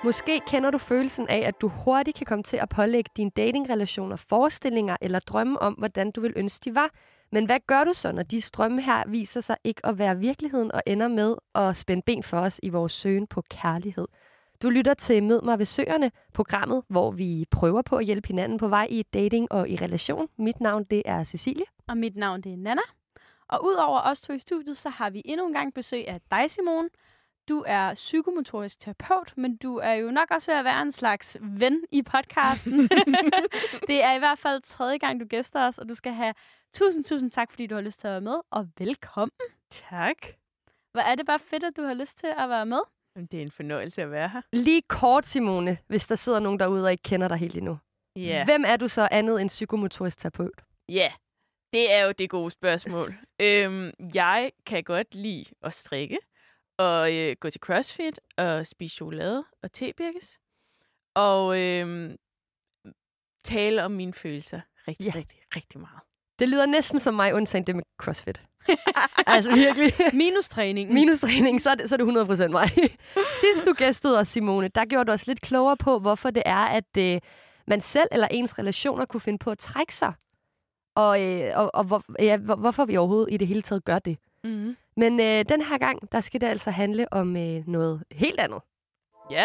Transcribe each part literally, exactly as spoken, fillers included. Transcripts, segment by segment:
Måske kender du følelsen af, at du hurtigt kan komme til at pålægge dine datingrelationer forestillinger eller drømme om, hvordan du vil ønske, de var. Men hvad gør du så, når de drømme her viser sig ikke at være virkeligheden og ender med at spænde ben for os i vores søgen på kærlighed? Du lytter til Mød mig ved Søerne, programmet, hvor vi prøver på at hjælpe hinanden på vej i dating og i relation. Mit navn, det er Cecilie. Og mit navn, det er Nana. Og udover os to i studiet, så har vi endnu en gang besøg af dig, Simone. Du er psykomotorisk terapeut, men du er jo nok også ved at være en slags ven i podcasten. Det er i hvert fald tredje gang, du gæster os, og du skal have tusind, tusind tak, fordi du har lyst til at være med, og velkommen. Tak. Hvor er det bare fedt, at du har lyst til at være med. Det er en fornøjelse at være her. Lige kort, Simone, hvis der sidder nogen derude og ikke kender dig helt endnu. Yeah. Hvem er du så andet end psykomotorisk terapeut? Ja, yeah. Det er jo det gode spørgsmål. øhm, jeg kan godt lide at strikke, og øh, gå til CrossFit, og spise chokolade og tebirkes, og øh, tale om mine følelser rigtig, yeah. rigtig, rigtig meget. Det lyder næsten som mig, undtagen det med CrossFit. Altså virkelig. Minus træning. Minus træning, så er det, så er det hundrede procent mig. Sidst du gæstede os, Simone, der gjorde du os lidt klogere på, hvorfor det er, at øh, man selv eller ens relationer kunne finde på at trække sig. Og, øh, og, og hvor, ja, hvor, hvorfor vi overhovedet i det hele taget gør det. Mm-hmm. Men øh, den her gang, der skal det altså handle om øh, noget helt andet. Ja.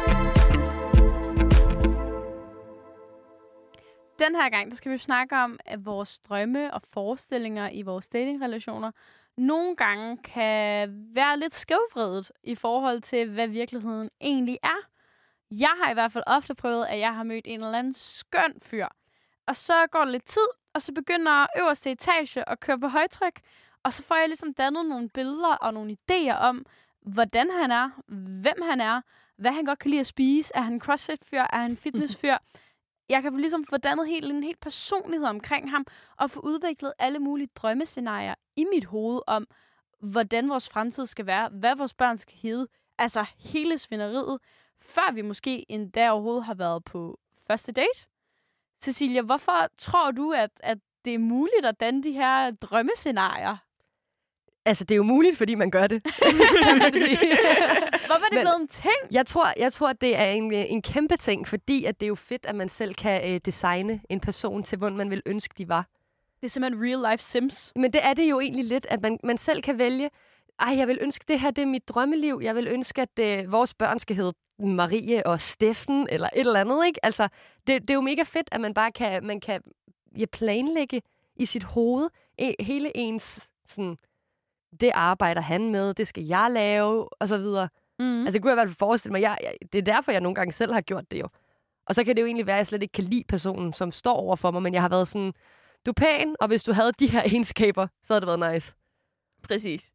Den her gang, der skal vi snakke om, at vores drømme og forestillinger i vores datingrelationer nogle gange kan være lidt skævvredet i forhold til, hvad virkeligheden egentlig er. Jeg har i hvert fald ofte prøvet, at jeg har mødt en eller anden skøn fyr. Og så går der lidt tid, og så begynder øverste etage at køre på højtryk. Og så får jeg ligesom dannet nogle billeder og nogle idéer om, hvordan han er, hvem han er, hvad han godt kan lide at spise. Er han en crossfit-fyr? Er han en fitness-fyr? Jeg kan ligesom få dannet helt, en helt personlighed omkring ham, og få udviklet alle mulige drømmescenarier i mit hoved om, hvordan vores fremtid skal være, hvad vores børn skal hedde. Altså hele svineriet, før vi måske endda overhovedet har været på første date. Cecilia, hvorfor tror du, at, at det er muligt at danne de her drømmescenarier? Altså, det er jo muligt, fordi man gør det. Hvorfor er det Men, blevet en ting? Jeg tror, jeg tror, det er en, en kæmpe ting, fordi at det er jo fedt, at man selv kan øh, designe en person til, hvordan man vil ønske, de var. Det er simpelthen real life Sims. Men det er det jo egentlig lidt, at man, man selv kan vælge, ej, jeg vil ønske, det her det er mit drømmeliv. Jeg vil ønske, at øh, vores børn skal hedde Marie og Steffen, eller et eller andet, ikke? Altså, det, det er jo mega fedt, at man bare kan, man kan ja, planlægge i sit hoved e, hele ens sådan, det arbejder han med, det skal jeg lave, og så videre. Mm. Altså, det kunne jeg i hvert fald forestille mig. Jeg, jeg, det er derfor, jeg nogle gange selv har gjort det jo. Og så kan det jo egentlig være, at jeg slet ikke kan lide personen, som står over for mig, men jeg har været sådan, du er pæn, og hvis du havde de her egenskaber, så havde det været nice. Præcis.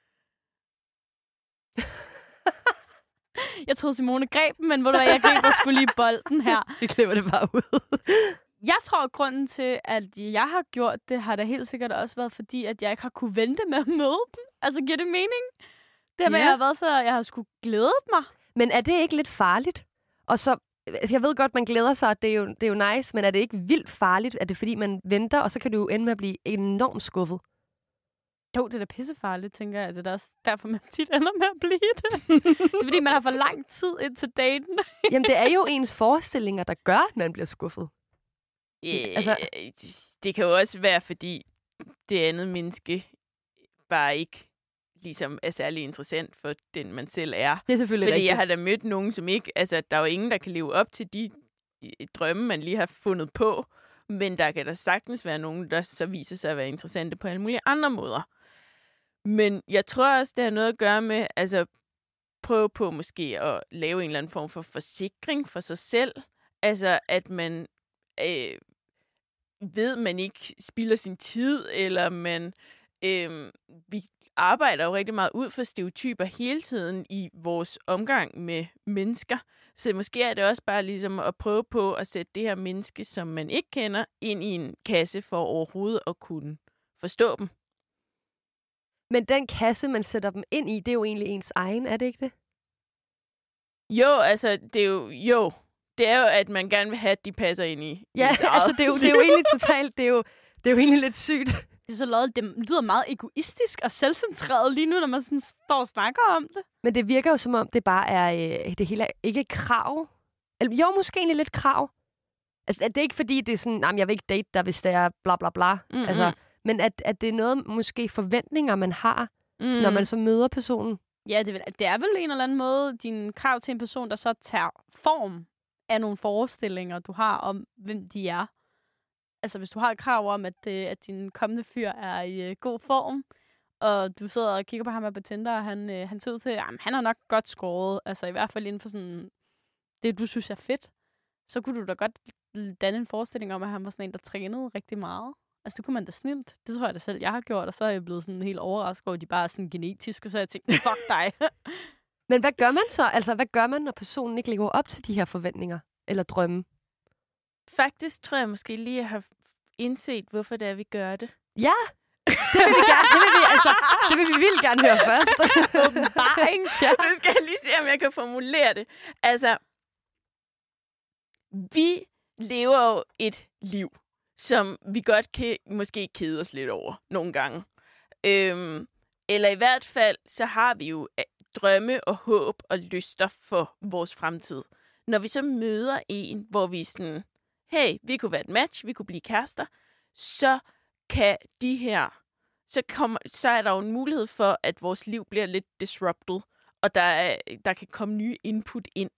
Jeg troede, Simone greb den, men ved du hvad, jeg griber sgu lige bolden her. Vi klipper det bare ud. Jeg tror, at grunden til, at jeg har gjort det, har da helt sikkert også været, fordi at jeg ikke har kunne vente med at møde dem. Altså, giver det mening? Det med, yeah. jeg har været så, jeg har sgu glædet mig. Men er det ikke lidt farligt? Og så, jeg ved godt, man glæder sig, og det er jo, det er jo nice, men er det ikke vildt farligt? Er det fordi, man venter, og så kan du jo ende med at blive enormt skuffet? Jo, det er da pissefarligt, tænker jeg. Det er da også derfor, man tit ender med at blive det. Det er fordi, man har for lang tid ind til daten. Jamen, det er jo ens forestillinger, der gør, at man bliver skuffet. Yeah, altså, det kan jo også være, fordi det andet menneske bare ikke ligesom er særlig interessant for den, man selv er. Det er selvfølgelig Fordi rigtigt. jeg har da mødt nogen, som ikke... Altså, der er jo ingen, der kan leve op til de drømme, man lige har fundet på. Men der kan da sagtens være nogen, der så viser sig at være interessante på alle mulige andre måder. Men jeg tror også, det har noget at gøre med, altså, prøve på måske at lave en eller anden form for forsikring for sig selv. Altså, at man øh, ved, man ikke spilder sin tid, eller man... Øh, vi arbejder jo rigtig meget ud for stereotyper hele tiden i vores omgang med mennesker. Så måske er det også bare ligesom at prøve på at sætte det her menneske, som man ikke kender, ind i en kasse for overhovedet at kunne forstå dem. Men den kasse, man sætter dem ind i, det er jo egentlig ens egen, er det ikke det? Jo, altså, det er jo... Jo, det er jo, at man gerne vil have, at de passer ind i Ja, altså, det er, jo, det er jo egentlig totalt... Det er jo, det er jo egentlig lidt sygt. Det er så lavet, det lyder meget egoistisk og selvcentreret lige nu, når man sådan står og snakker om det. Men det virker jo som om, det bare er, øh, det hele er ikke krav. Eller, jo, måske egentlig lidt krav. Altså, det er ikke fordi, det er sådan, nej, jeg vil ikke date dig, hvis det er bla bla bla. Mm-hmm. Altså, men at, at det er noget, måske forventninger, man har, mm. når man så møder personen. Ja, det, vil, det er vel en eller anden måde, din krav til en person, der så tager form af nogle forestillinger, du har om, hvem de er. Altså, hvis du har et krav om, at, at din kommende fyr er i uh, god form, og du sidder og kigger på ham på Tinder, og han, uh, han ser ud til, at han har nok godt skåret, altså i hvert fald inden for sådan det, du synes er fedt, så kunne du da godt danne en forestilling om, at han var sådan en, der trænede rigtig meget. Altså, det kunne man da snilt. Det tror jeg da selv, jeg har gjort, og så er jeg blevet sådan helt overrasket over, at de bare er sådan genetiske, og så har jeg tænkt, fuck dig. Men hvad gør man så? Altså, hvad gør man, når personen ikke lever op til de her forventninger eller drømme? Faktisk tror jeg måske lige, at jeg har indset, hvorfor det er, vi gør det. Ja, det vil vi gerne. Det vil vi, altså, det vil vi vildt gerne høre først. Åbenbaring. Ja. Nu skal jeg lige se, om jeg kan formulere det. Altså, vi lever jo et liv, som vi godt kan måske kede os lidt over nogle gange. Øhm, eller i hvert fald, så har vi jo drømme og håb og lyster for vores fremtid. Når vi så møder en, hvor vi er sådan, hey, vi kunne være et match, vi kunne blive kærester, så kan de her, så, kommer, så er der jo en mulighed for, at vores liv bliver lidt disrupted, og der, er, der kan komme nye input ind.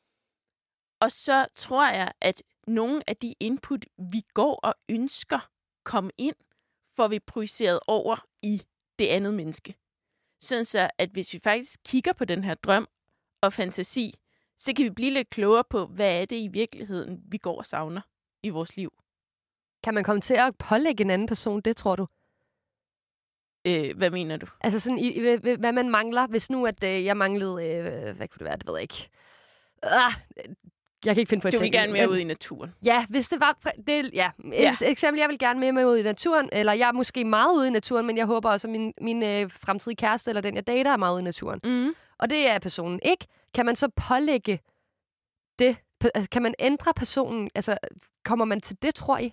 Og så tror jeg, at nogle af de input, vi går og ønsker komme ind, får vi projiceret over i det andet menneske. Sådan så, at hvis vi faktisk kigger på den her drøm og fantasi, så kan vi blive lidt klogere på, hvad er det i virkeligheden, vi går og savner i vores liv. Kan man komme til at pålægge en anden person, det tror du? Øh, hvad mener du? Altså sådan, i, i, hvad man mangler, hvis nu, at øh, jeg manglede, øh, hvad kunne det være, det ved jeg ikke. Ah, jeg kan ikke finde på et Du vil tænke, gerne med men, ud i naturen. Ja, hvis det var, det, ja, ja. Et eksempel, jeg vil gerne med mig ud i naturen, eller jeg er måske meget ude i naturen, men jeg håber også, at min, min øh, fremtidige kæreste, eller den jeg dater, er meget ude i naturen. Mm. Og det er personen ikke. Kan man så pålægge det? Kan man ændre personen? Altså, kommer man til det, tror I?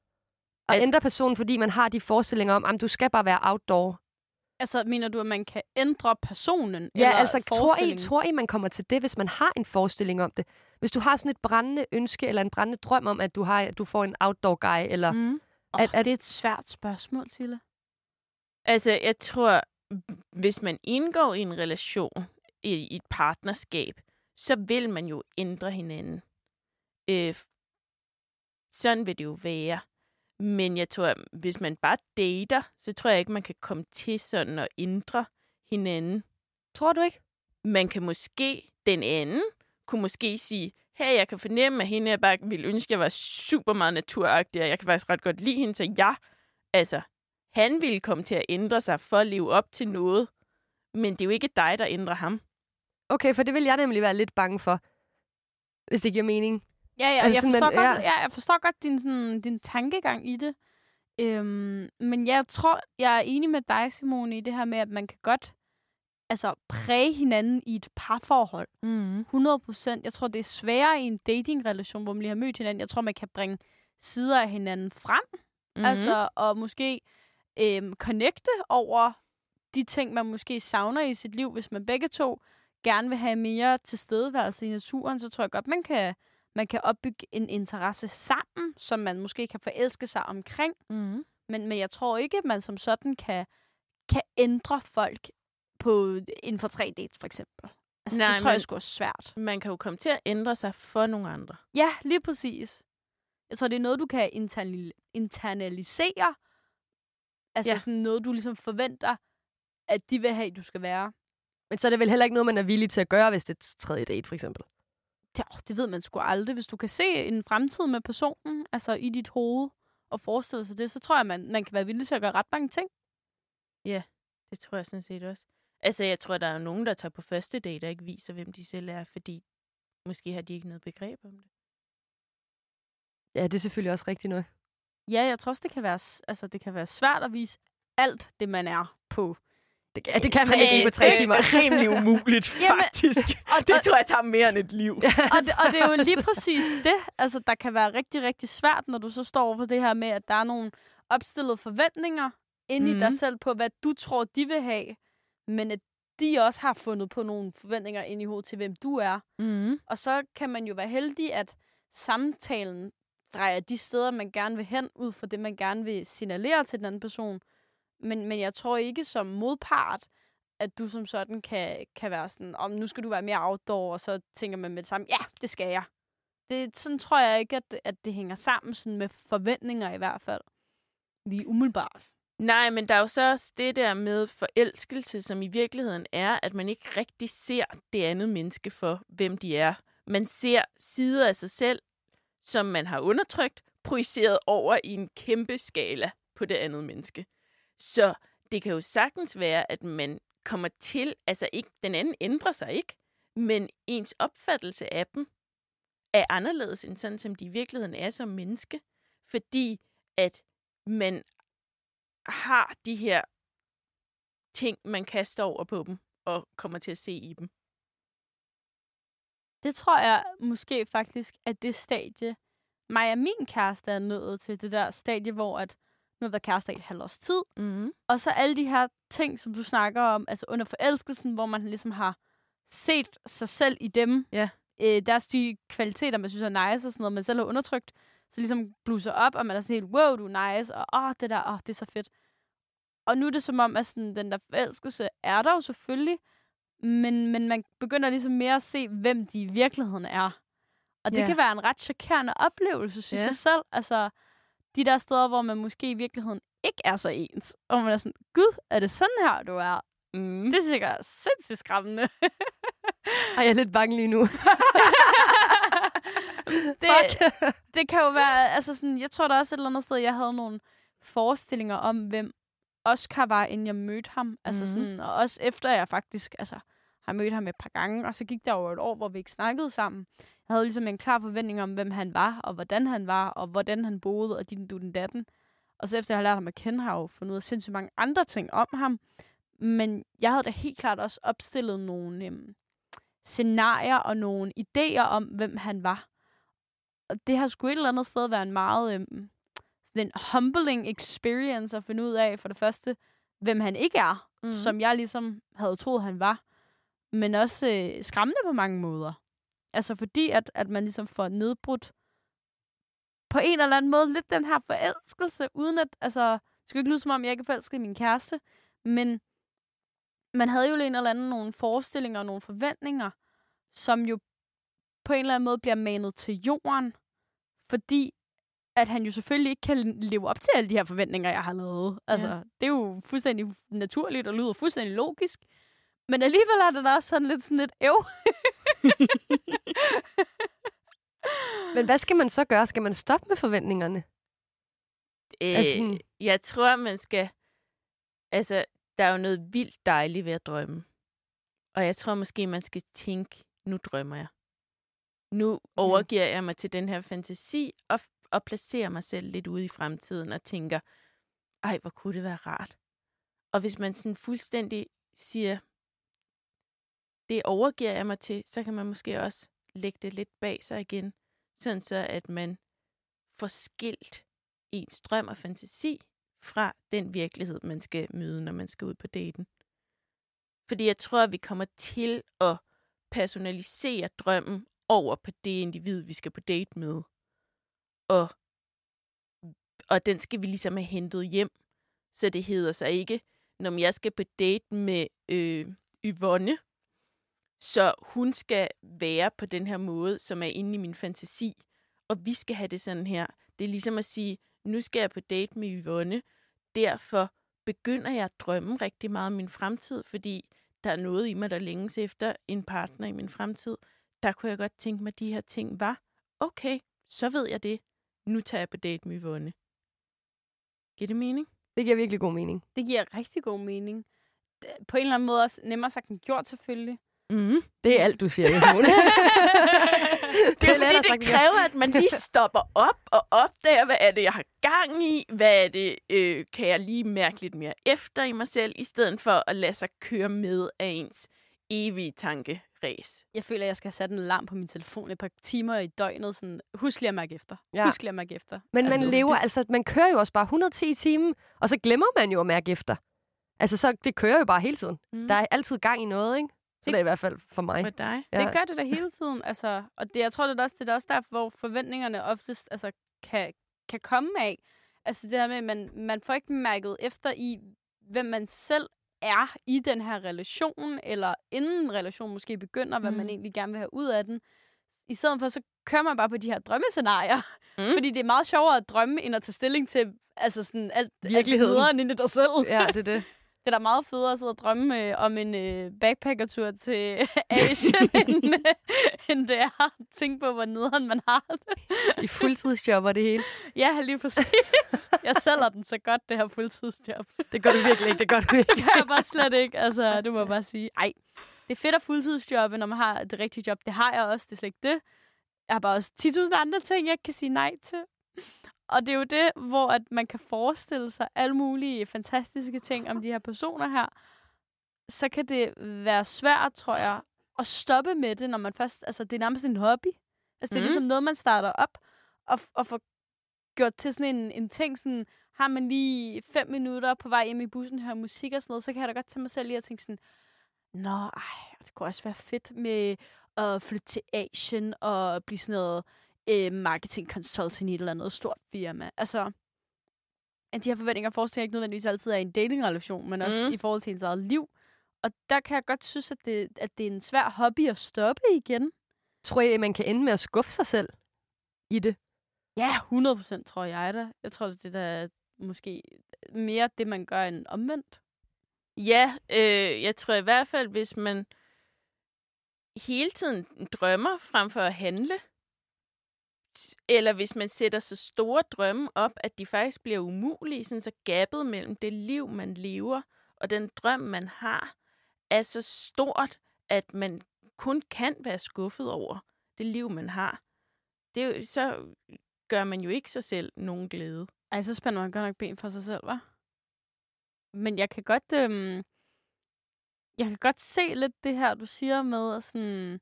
Og altså, ændre personen, fordi man har de forestillinger om, at du skal bare være outdoor. Altså, mener du, at man kan ændre personen? Ja, eller altså, tror I, tror I, man kommer til det, hvis man har en forestilling om det? Hvis du har sådan et brændende ønske, eller en brændende drøm om, at du, har, at du får en outdoor guy, eller... Mm. At, oh, at, det er et svært spørgsmål, Sille. Altså, jeg tror, hvis man indgår i en relation, i, i et partnerskab, så vil man jo ændre hinanden. Øh, sådan vil det jo være. Men jeg tror, hvis man bare dater, så tror jeg ikke, man kan komme til sådan at ændre hinanden. Tror du ikke? Man kan måske, den anden, kunne måske sige, hey, jeg kan fornemme, at hende jeg bare ville ønske, at jeg var super meget naturagtig, og jeg kan faktisk ret godt lide hende, så ja, altså, han ville komme til at ændre sig for at leve op til noget, men det er jo ikke dig, der ændrer ham. Okay, for det vil jeg nemlig være lidt bange for, hvis det giver mening. Ja, ja, altså, jeg, forstår man, godt, ja. ja, jeg forstår godt din, sådan, din tankegang i det. Øhm, men jeg tror, jeg er enig med dig, Simone, i det her med, at man kan godt altså, præge hinanden i et parforhold. Mm. hundrede procent. Jeg tror, det er sværere i en datingrelation, hvor man lige har mødt hinanden. Jeg tror, man kan bringe sider af hinanden frem. Mm-hmm. Altså, og måske øhm, connecte over de ting, man måske savner i sit liv. Hvis man begge to gerne vil have mere tilstedeværelse i naturen, så tror jeg godt, man kan, man kan opbygge en interesse sammen, som man måske kan forelske sig omkring. Mm-hmm. Men, men jeg tror ikke, at man som sådan kan, kan ændre folk på inden for tre dates, for eksempel. Altså, Nej, det tror men, jeg sgu er svært. Man kan jo komme til at ændre sig for nogle andre. Ja, lige præcis. Jeg tror, det er noget, du kan internal- internalisere. Altså ja. sådan noget, du ligesom forventer, at de vil have, du skal være. Men så er det vel heller ikke noget, man er villig til at gøre, hvis det er et tredje date, for eksempel? Ja, det ved man sgu aldrig. Hvis du kan se en fremtid med personen, altså i dit hoved, og forestille sig det, så tror jeg, man, man kan være villig til at gøre ret mange ting. Ja, det tror jeg sådan set også. Altså, jeg tror, der er nogen, der tager på første date og ikke viser, hvem de selv er, fordi måske har de ikke noget begreb om det. Ja, det er selvfølgelig også rigtigt noget. Ja, jeg tror også, det kan være, altså, det kan være svært at vise alt det, man er på. Det, ja, det kan man ikke lige på tre timer. Det er rimelig umuligt, faktisk. og, det og, tror jeg tager mere end et liv. og, det, og det er jo lige præcis det, altså, der kan være rigtig, rigtig svært, når du så står over for det her med, at der er nogle opstillede forventninger inde Mhm. i dig selv på, hvad du tror, de vil have, men at de også har fundet på nogle forventninger ind i hovedet til, hvem du er. Mm. Og så kan man jo være heldig, at samtalen drejer de steder, man gerne vil hen, ud fra det, man gerne vil signalere til den anden person. Men, men jeg tror ikke som modpart, at du som sådan kan, kan være sådan, om nu skal du være mere outdoor, og så tænker man med det samme, ja, det skal jeg. Det, sådan tror jeg ikke, at, at det hænger sammen sådan med forventninger i hvert fald. Lige umiddelbart. Nej, men der er jo så også det der med forelskelse, som i virkeligheden er, at man ikke rigtig ser det andet menneske for, hvem de er. Man ser sider af sig selv, som man har undertrykt, projiceret over i en kæmpe skala på det andet menneske. Så det kan jo sagtens være, at man kommer til, altså ikke, den anden ændrer sig ikke, men ens opfattelse af dem er anderledes end sådan, som de i virkeligheden er som menneske. Fordi at man har de her ting, man kaster over på dem, og kommer til at se i dem. Det tror jeg måske faktisk, at det stadie, mig og min kæreste er nået til, det der stadie, hvor at nu har været kærester i et halvt års tid, Mm-hmm. og så alle de her ting, som du snakker om, altså under forelskelsen, hvor man ligesom har set sig selv i dem, Ja. øh, deres de kvaliteter, man synes er nice og sådan noget, man selv har undertrykt, så ligesom blusser op, og man er sådan helt, wow, du er nice, og åh, det der, åh, det er så fedt. Og nu er det som om, at sådan, den der forelskelse er der jo selvfølgelig, men, men man begynder ligesom mere at se, hvem de i virkeligheden er. Og det Ja. kan være en ret chokerende oplevelse, synes Ja. jeg selv. Altså, de der steder, hvor man måske i virkeligheden ikke er så ens. Og man er sådan, gud, er det sådan her, du er? Mm. Det synes jeg er sindssygt skræmmende. Ej, jeg er lidt bange lige nu. det, det kan jo være, altså sådan, jeg tror der også et eller andet sted, jeg havde nogle forestillinger om, hvem Oscar var, inden jeg mødte ham. Altså Mhm. sådan, og også efter jeg faktisk altså, har mødt ham et par gange, og så gik der over et år, hvor vi ikke snakkede sammen. Jeg havde ligesom en klar forventning om, hvem han var, og hvordan han var, og hvordan han boede, og din du den datten. Og så efter jeg har lært ham at kende, har jeg jo fundet ud af sindssygt mange andre ting om ham. Men jeg havde da helt klart også opstillet nogle øhm, scenarier og nogle idéer om, hvem han var. Og det har sgu et eller andet sted været en meget øhm, sådan en humbling experience at finde ud af, for det første, hvem han ikke er, Mhm. mm. som jeg ligesom havde troet, han var. Men også øh, skræmmende på mange måder. Altså fordi, at, at man ligesom får nedbrudt på en eller anden måde lidt den her forelskelse, uden at, altså, det skal ikke lyde som om, jeg ikke er forelsket i min kæreste, men man havde jo en eller anden nogle forestillinger og nogle forventninger, som jo på en eller anden måde bliver manet til jorden, fordi at han jo selvfølgelig ikke kan leve op til alle de her forventninger, jeg har lavet. Altså, Ja. det er jo fuldstændig naturligt og lyder fuldstændig logisk. Men alligevel er det da også sådan lidt sådan lidt æv. Men hvad skal man så gøre? Skal man stoppe med forventningerne? Øh, Altså- jeg tror, man skal... Altså, der er jo noget vildt dejligt ved at drømme. Og jeg tror måske, man skal tænke, nu drømmer jeg. Nu overgiver jeg mig til den her fantasi, og, og placerer mig selv lidt ude i fremtiden, og tænker, ej, hvor kunne det være rart. Og hvis man sådan fuldstændig siger, det overgiver jeg mig til, så kan man måske også lægge det lidt bag sig igen, sådan så at man får skilt ens drøm og fantasi fra den virkelighed, man skal møde, når man skal ud på daten. Fordi jeg tror, at vi kommer til at personalisere drømmen over på det individ, vi skal på date med. Og, og den skal vi ligesom have hentet hjem. Så det hedder sig ikke, når jeg skal på date med øh, Yvonne, så hun skal være på den her måde, som er inde i min fantasi. Og vi skal have det sådan her. Det er ligesom at sige, nu skal jeg på date med Yvonne. Derfor begynder jeg at drømme rigtig meget om min fremtid, fordi der er noget i mig, der længes efter en partner i min fremtid. Der kunne jeg godt tænke mig, at de her ting var. Okay, så ved jeg det. Nu tager jeg på date med Yvonne. Giver det mening? Det giver virkelig god mening. Det giver rigtig god mening. På en eller anden måde også nemmere sagt end gjort, selvfølgelig. Mm. Det er alt, du siger, Simone. Det er lettere fordi, sagt det end kræver, at man lige stopper op og opdager, hvad er det, jeg har gang i? Hvad er det, øh, kan jeg lige mærke lidt mere efter i mig selv, i stedet for at lade sig køre med af ens evige tanke ræs. Jeg føler, at jeg skal have sat en alarm på min telefon et par timer i døgnet. Sådan, husk lige at mærke efter. Ja. Husk lige at mærke efter. Men man Altså, lever, det- altså man kører jo også bare et hundrede og ti i timen, og så glemmer man jo at mærke efter. Altså så, det kører jo bare hele tiden. Mm. Der er altid gang i noget, ikke? Så det, Det- det er i hvert fald for mig. For dig? Ja. Det gør det da hele tiden. Altså, og det, jeg tror, det er, også, det er også derfor, hvor forventningerne oftest altså, kan, kan komme af. Altså det her med, at man, man får ikke mærket efter i, hvem man selv er i den her relation, eller inden en relation måske begynder, hvad Mm. man egentlig gerne vil have ud af den. I stedet for, så kører man bare på de her drømmescenarier. Mm. Fordi det er meget sjovere at drømme, end at tage stilling til altså sådan alt, Virkeligheden. alt det inde i dig selv. Ja, det er det. Det er da meget federe at sidde og drømme øh, om en øh, backpackertur til Asien, end, øh, end det er at tænke på, hvor nederen man har det. I fuldtidsjob og det hele. Ja, lige præcis. Jeg sælger den så godt, det her fuldtidsjob. Det gør du virkelig ikke, det gør du Det ikke. kan jeg bare slet ikke. Altså, det må jeg bare sige. Ej, det er fedt at fuldtidsjobbe, når man har det rigtige job. Det har jeg også, det er slet ikke det. Jeg har bare også ti tusind andre ting, jeg kan sige nej til. Og det er jo det, hvor at man kan forestille sig alle mulige fantastiske ting om de her personer her. Så kan det være svært, tror jeg, at stoppe med det, når man først... Altså, det er nærmest en hobby. Altså, det er Mm. ligesom noget, man starter op og, og får gjort til sådan en, en ting, sådan... Har man lige fem minutter på vej hjem i bussen, hører musik og sådan noget, så kan jeg da godt tage mig selv lige og tænke sådan... Nå, ej, det kunne også være fedt med at flytte til Asien og blive sådan noget øh, marketing consulting i et eller andet stort firma. Altså, at de her forventninger forestiller ikke nødvendigvis altid er i en datingrelation, men også Mm. i forhold til ens eget liv. Og der kan jeg godt synes, at det, at det er en svær hobby at stoppe igen. Tror jeg, man kan ende med at skuffe sig selv i det? Ja, hundrede procent tror jeg da. Jeg tror, det er da måske mere det, man gør end omvendt. Ja, øh, jeg tror i hvert fald, hvis man hele tiden drømmer frem for at handle, eller hvis man sætter så store drømme op, at de faktisk bliver umulige, sådan så gabet mellem det liv, man lever, og den drøm, man har, er så stort, at man kun kan være skuffet over det liv, man har. Det er jo, så gør man jo ikke sig selv nogen glæde. Ej, så spænder man godt nok ben for sig selv, hva'? Men jeg kan godt... Øhm, jeg kan godt se lidt det her, du siger med, sådan,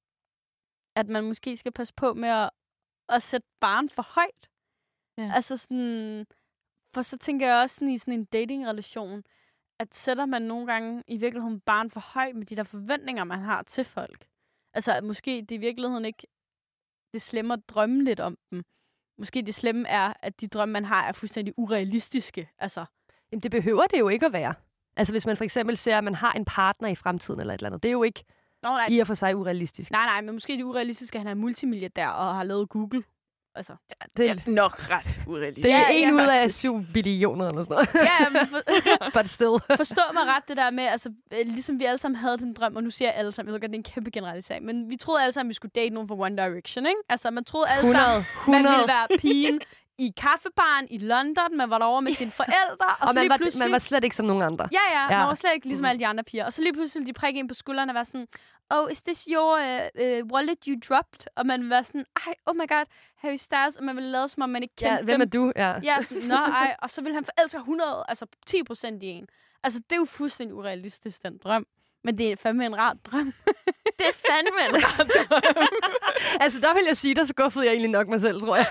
at man måske skal passe på med at, at sætte barren for højt. Ja. Altså sådan... For så tænker jeg også sådan, i sådan en datingrelation, at sætter man nogle gange i virkeligheden barren for højt med de der forventninger, man har til folk. Altså at måske det i virkeligheden ikke det slemme at drømme lidt om dem. Måske det slemme er, at de drømme, man har, er fuldstændig urealistiske. Altså, Jamen, det behøver det jo ikke at være. Altså, hvis man for eksempel ser, at man har en partner i fremtiden eller et eller andet. Det er jo ikke Nå, nej, i og for sig urealistisk. nej, nej, men måske det urealistiske, at han er multimilliardær og har lavet Google. Altså, Det, Ja, nok ret urealistisk. det er Ja, en ja, ud af faktisk. syv billioner eller sådan noget. ja, men for, But still. forstå mig ret det der med, altså, øh, ligesom vi alle sammen havde den drøm, og nu siger jeg alle sammen, jeg ved godt, det er en kæmpe generalisering, men vi troede alle sammen, vi skulle date nogen fra One Direction, ikke? Altså, man troede alle hundrede, sammen, man hundrede. ville være pigen i kaffebaren i London, man var derovre med sine forældre, og, Og så man lige var, pludselig... man var slet ikke som nogen andre. Ja, ja, Ja. man var slet ikke ligesom Mhm. alle de andre piger. Og så lige pludselig de prikke ind på skulderen og var sådan, oh, is this your uh, uh, wallet you dropped? Og man var sådan, ej, oh my god, Harry Styles, og man ville lade som om man ikke kendte Ja, hvem er dem. du? Ja. Ja, sådan, nå, ej. Og så ville han forelske hundrede, altså ti procent i en. Altså, det er jo fuldstændig urealistisk, den drøm. Men det er fandme en rar drøm. Det er fandme en ret drøm. Altså, der vil jeg sige, der skuffede jeg egentlig nok mig selv, tror jeg.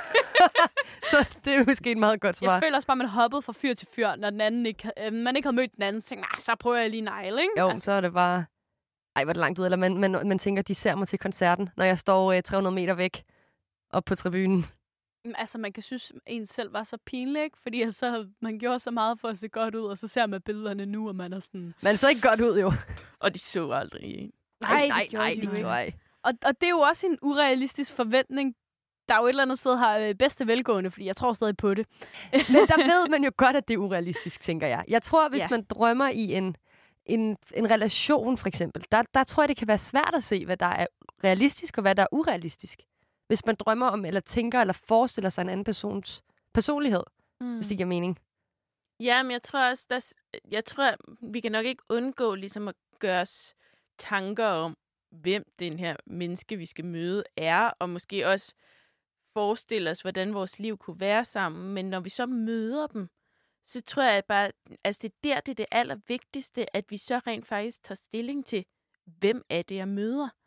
Så det er måske et meget godt svar. Jeg føler også bare, at man hoppede fra fyr til fyr, når den anden ikke, øh, man ikke havde mødt den anden. Så tænkte, nah, så prøver jeg lige negle, ikke? Jo, Altså, så er det bare... Ej, hvor er det langt ud. Eller man, man, man tænker, de ser mig til koncerten, når jeg står øh, tre hundrede meter væk op på tribunen. altså, man kan synes, at en selv var så pinlig, ikke? Fordi altså, man gjorde så meget for at se godt ud, og så ser man billederne nu, og man er sådan... Man så ikke godt ud, jo. Og de så aldrig en. Nej, det nej, gjorde nej, de det jo ikke. gjorde jeg. Og, og det er jo også en urealistisk forventning, der jo et eller andet sted har øh, bedste velgående, fordi jeg tror stadig på det. Men der ved man jo godt, at det er urealistisk, tænker jeg. Jeg tror, hvis Ja. ja. man drømmer i en, en, en relation, for eksempel, der, der tror jeg, det kan være svært at se, hvad der er realistisk, og hvad der er urealistisk. Hvis man drømmer om, eller tænker, eller forestiller sig en anden persons personlighed, mm. hvis det giver mening. Ja, men jeg tror også, der, s- jeg tror, vi kan nok ikke undgå ligesom at gøre os tanker om, hvem den her menneske, vi skal møde, er, og måske også forestille os, hvordan vores liv kunne være sammen. Men når vi så møder dem, så tror jeg bare, altså det er der, det er det allervigtigste, at vi så rent faktisk tager stilling til, hvem er det, jeg møder?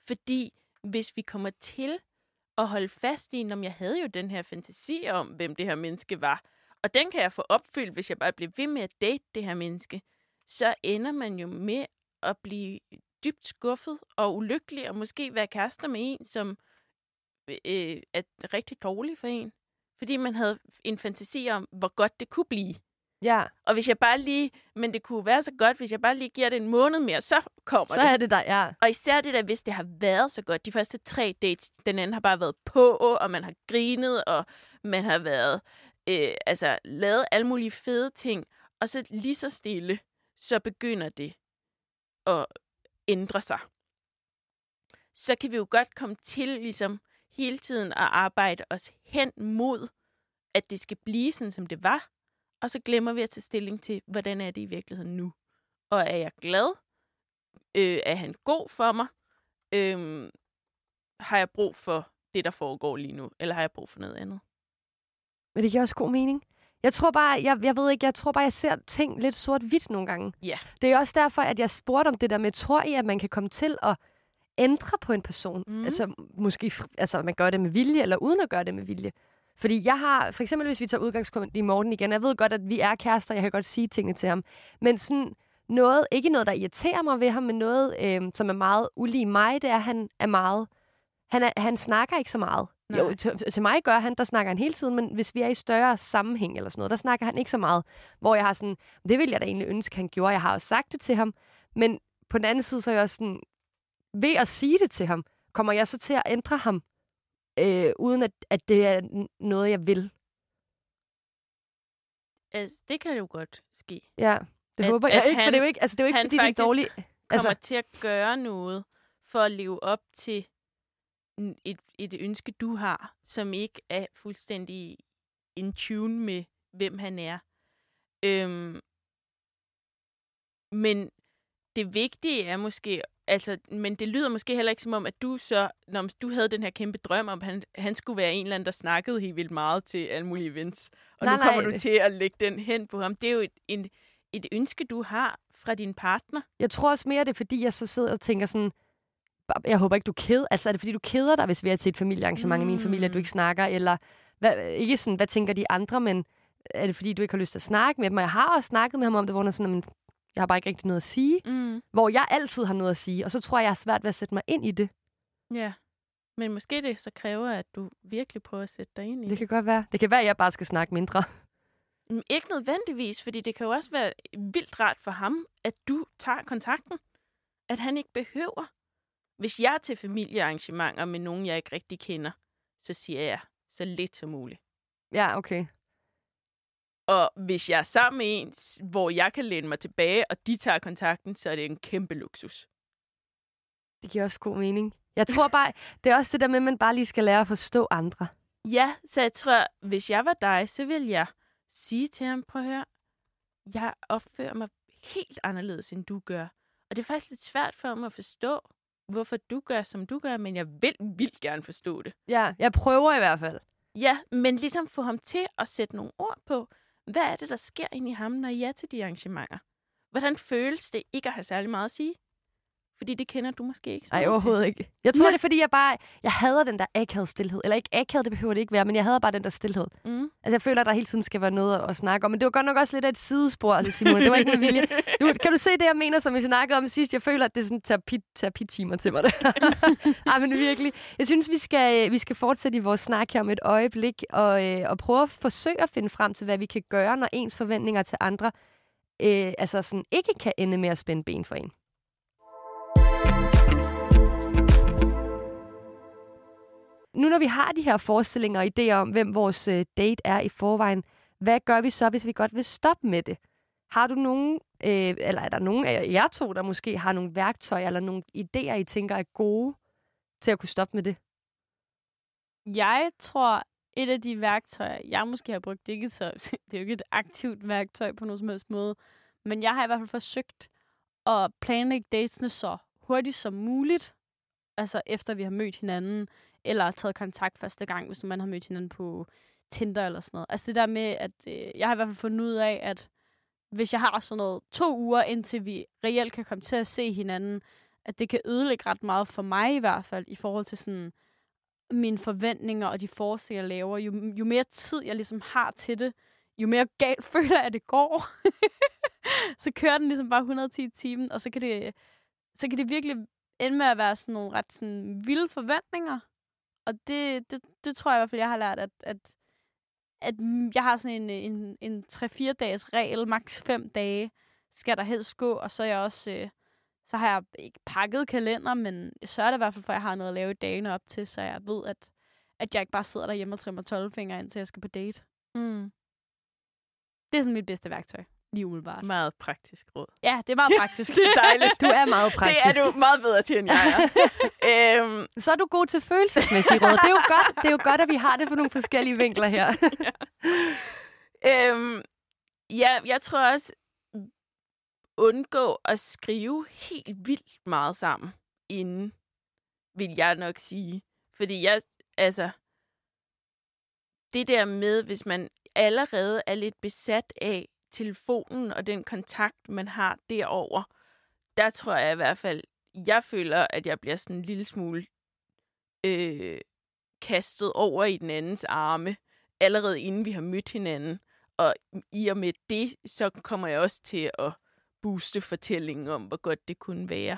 Fordi hvis vi kommer til at holde fast i, om jeg havde jo den her fantasi om, hvem det her menneske var, og den kan jeg få opfyldt, hvis jeg bare bliver ved med at date det her menneske, så ender man jo med at blive dybt skuffet og ulykkelig, og måske være kærester med en, som øh, er rigtig dårlig for en. Fordi man havde en fantasi om, hvor godt det kunne blive. Ja. Og hvis jeg bare lige, men det kunne være så godt, hvis jeg bare lige giver det en måned mere, så kommer Så det. er det der, ja. Og især det der, hvis det har været så godt. De første tre dates, den anden har bare været på, og man har grinet, og man har været, øh, altså, lavet alle mulige fede ting. Og så lige så stille, så begynder det at ændre sig. Så kan vi jo godt komme til, ligesom, hele tiden at arbejde os hen mod, at det skal blive sådan, som det var. Og så glemmer vi at tage stilling til, hvordan er det i virkeligheden nu? Og er jeg glad? Øh, er han god for mig? Øh, har jeg brug for det, der foregår lige nu? Eller har jeg brug for noget andet? Men det giver også god mening. Jeg tror bare, jeg, jeg ved ikke, jeg tror bare, jeg ser ting lidt sort-hvidt nogle gange. Ja. Yeah. Det er også derfor, at jeg spurgte om det der med, tror I, at man kan komme til at ændre på en person? Mm. Altså, måske, altså, man gør det med vilje, eller uden at gøre det med vilje. Fordi jeg har, for eksempel hvis vi tager udgangspunkt i Morten igen, jeg ved godt, at vi er kærester, jeg kan godt sige tingene til ham, men sådan noget, ikke noget, der irriterer mig ved ham, men noget, øh, som er meget ulig mig, det er, at han er meget, han, er, han snakker ikke så meget. Nej. Jo, til, til mig gør han, der snakker han hele tiden, men hvis vi er i større sammenhæng eller sådan noget, der snakker han ikke så meget. Hvor jeg har sådan, det ville jeg da egentlig ønske, han gjorde. Jeg har også sagt det til ham, men på den anden side, så er jeg også sådan, ved at sige det til ham, kommer jeg så til at ændre ham, øh, uden at, at det er noget, jeg vil. Altså, det kan jo godt ske. Ja, det at, håber jeg ikke, han, for det er jo ikke, altså, det er jo ikke fordi, det er dårligt. kommer altså, til at gøre noget for at leve op til et, et ønske, du har, som ikke er fuldstændig in tune med, hvem han er. Øhm, men det vigtige er måske, altså, men det lyder måske heller ikke som om, at du så, når du havde den her kæmpe drøm om, at han, han skulle være en eller anden, der snakkede helt vildt meget til alle mulige events. Og nej, nu kommer nej. du til at lægge den hen på ham. Det er jo et, en, et ønske, du har fra din partner. Jeg tror også mere, det er, fordi jeg så sidder og tænker sådan, jeg håber ikke, du keder. Altså, er det, fordi du keder dig, hvis vi er til et familiearrangement mm. i min familie, at du ikke snakker? Eller, hvad, ikke sådan, hvad tænker de andre, men er det, fordi du ikke har lyst til at snakke med dem? Og jeg har også snakket med ham om det, hvor han er sådan, at jeg har bare ikke rigtig noget at sige. Mm. Hvor jeg altid har noget at sige, og så tror jeg, jeg har svært ved at sætte mig ind i det. Ja, men måske det så kræver, at du virkelig prøver at sætte dig ind i det. Det kan godt være. Det kan være, at jeg bare skal snakke mindre. Ikke nødvendigvis, fordi det kan jo også være vildt rart for ham, at du tager kontakten. At han ikke behøver. Hvis jeg er til familiearrangementer med nogen, jeg ikke rigtig kender, så siger jeg så lidt som muligt. Ja, okay. Og hvis jeg er sammen med en, hvor jeg kan læne mig tilbage, og de tager kontakten, så er det en kæmpe luksus. Det giver også god mening. Jeg tror bare, det er også det der med, at man bare lige skal lære at forstå andre. Ja, så jeg tror, hvis jeg var dig, så ville jeg sige til ham, prøv at høre, jeg opfører mig helt anderledes, end du gør. Og det er faktisk lidt svært for mig at forstå, hvorfor du gør, som du gør, men jeg vil vildt gerne forstå det. Ja, jeg prøver i hvert fald. Ja, men ligesom få ham til at sætte nogle ord på, hvad er det, der sker inde i ham, når I er til de arrangementer? Hvordan føles det ikke at have særlig meget at sige? Fordi det kender du måske ikke så Nej, overhovedet til. Ikke. Jeg tror, ja. det er, fordi jeg bare, jeg hader den der akavet stilhed. Eller ikke akavet, det behøver det ikke være, men jeg hader bare den der stilhed. Mm. Altså, jeg føler, at der hele tiden skal være noget at, at snakke om. Men det var godt nok også lidt af et sidespor, altså, Simone. Det var ikke med vilje. Du, kan du se det, jeg mener, som vi snakkede om sidst? Jeg føler, at det er sådan terapi, terapitimer til mig. Ej, men virkelig. Jeg synes, vi skal, vi skal fortsætte i vores snak her om et øjeblik, og, øh, og prøve at forsøge at finde frem til, hvad vi kan gøre, når ens forventninger til andre øh, altså sådan, ikke kan ende med at spænde ben for en. Nu når vi har de her forestillinger og idéer om, hvem vores øh, date er i forvejen, hvad gør vi så, hvis vi godt vil stoppe med det? Har du nogen, øh, eller er der nogen af jer to, der måske har nogle værktøjer eller nogle idéer, I tænker er gode til at kunne stoppe med det? Jeg tror, et af de værktøjer, jeg måske har brugt, det er, ikke så, det er jo ikke et aktivt værktøj på nogen som helst måde, men jeg har i hvert fald forsøgt at planlægge datesene så hurtigt som muligt, altså efter vi har mødt hinanden, eller taget kontakt første gang, hvis man har mødt hinanden på Tinder eller sådan noget. Altså det der med, at øh, jeg har i hvert fald fundet ud af, at hvis jeg har sådan noget to uger, indtil vi reelt kan komme til at se hinanden, at det kan ødelægge ret meget for mig i hvert fald, i forhold til sådan mine forventninger og de forestillinger, jeg laver. Jo, jo mere tid, jeg ligesom har til det, jo mere galt føler jeg, at det går. Så kører den ligesom bare et hundrede og ti i timen, og så kan det, så kan det virkelig ende med at være sådan nogle ret sådan vilde forventninger. Og det, det, det tror jeg i hvert fald, jeg har lært, at, at, at jeg har sådan en, en, en tre-fire dages regel, maks fem dage skal der helst gå, og så er jeg også... Øh, Så har jeg ikke pakket kalender, men jeg sørger det i hvert fald for, at jeg har noget at lave i dagene op til, så jeg ved, at, at jeg ikke bare sidder derhjemme og trimmer tolv fingre, indtil jeg skal på date. Mm. Det er sådan mit bedste værktøj, lige umiddelbart. Meget praktisk råd. Ja, det er meget praktisk. Det er dejligt. Du er meget praktisk. Det er du meget bedre til, end jeg er. øhm. Så er du god til følelsesmæssige råd. Det er jo godt, det er jo godt at vi har det på nogle forskellige vinkler her. ja. Øhm, ja, jeg tror også, undgå at skrive helt vildt meget sammen inden, vil jeg nok sige. Fordi jeg, altså, det der med, hvis man allerede er lidt besat af telefonen og den kontakt, man har derover, der tror jeg i hvert fald, jeg føler, at jeg bliver sådan en lille smule øh, kastet over i den andens arme, allerede inden vi har mødt hinanden. Og i og med det, så kommer jeg også til at booste fortællingen om, hvor godt det kunne være.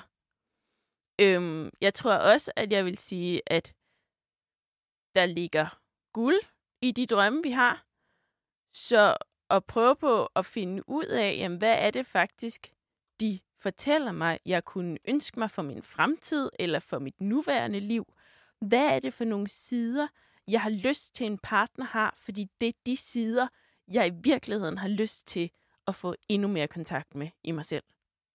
Øhm, jeg tror også, at jeg vil sige, at der ligger guld i de drømme, vi har. Så at prøve på at finde ud af, jamen, hvad er det faktisk, de fortæller mig, jeg kunne ønske mig for min fremtid eller for mit nuværende liv. Hvad er det for nogle sider, jeg har lyst til, en partner har? Fordi det er de sider, jeg i virkeligheden har lyst til at få endnu mere kontakt med i mig selv.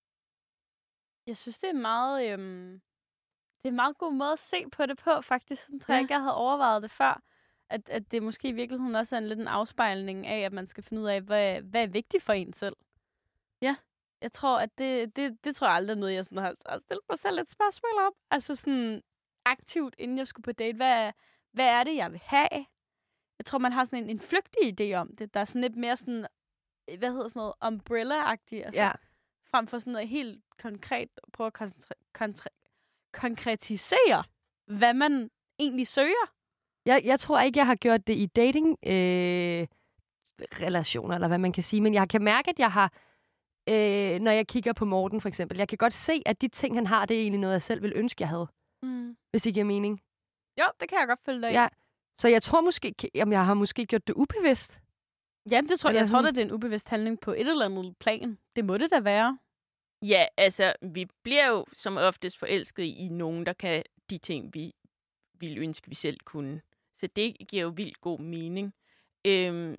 Jeg synes, det er meget, øhm, det er en meget god måde at se på det på, faktisk. Sådan tror ja. jeg ikke, jeg havde overvejet det før. At, at det måske i virkeligheden også er en lidt en afspejling af, at man skal finde ud af, hvad, hvad er vigtigt for en selv. Ja. Jeg tror, at det, det, det tror jeg aldrig er noget, jeg sådan har, har stillet mig selv et spørgsmål op. Altså sådan aktivt, inden jeg skulle på date. Hvad, hvad er det, jeg vil have? Jeg tror, man har sådan en, en flygtig idé om det. Der er sådan lidt mere sådan, hvad hedder sådan noget, umbrella-agtigt. Altså, ja. Frem for sådan noget helt konkret, prøve at kontre- kontre- konkretisere, hvad man egentlig søger. Jeg, jeg tror ikke, jeg har gjort det i dating-relationer, øh, eller hvad man kan sige. Men jeg kan mærke, at jeg har, øh, når jeg kigger på Morten for eksempel, jeg kan godt se, at de ting, han har, det er egentlig noget, jeg selv ville ønske, jeg havde. Mm. Hvis det giver mening. Jo, det kan jeg godt følge dig i. Ja. Så jeg tror måske, jamen, jeg har måske gjort det ubevidst. Jamen, det tror jeg. Jeg tror, at det er en ubevidst handling på et eller andet plan. Det må det da være. Ja, altså, vi bliver jo som oftest forelsket i nogen, der kan de ting, vi ville ønske, vi selv kunne. Så det giver jo vildt god mening. Øhm,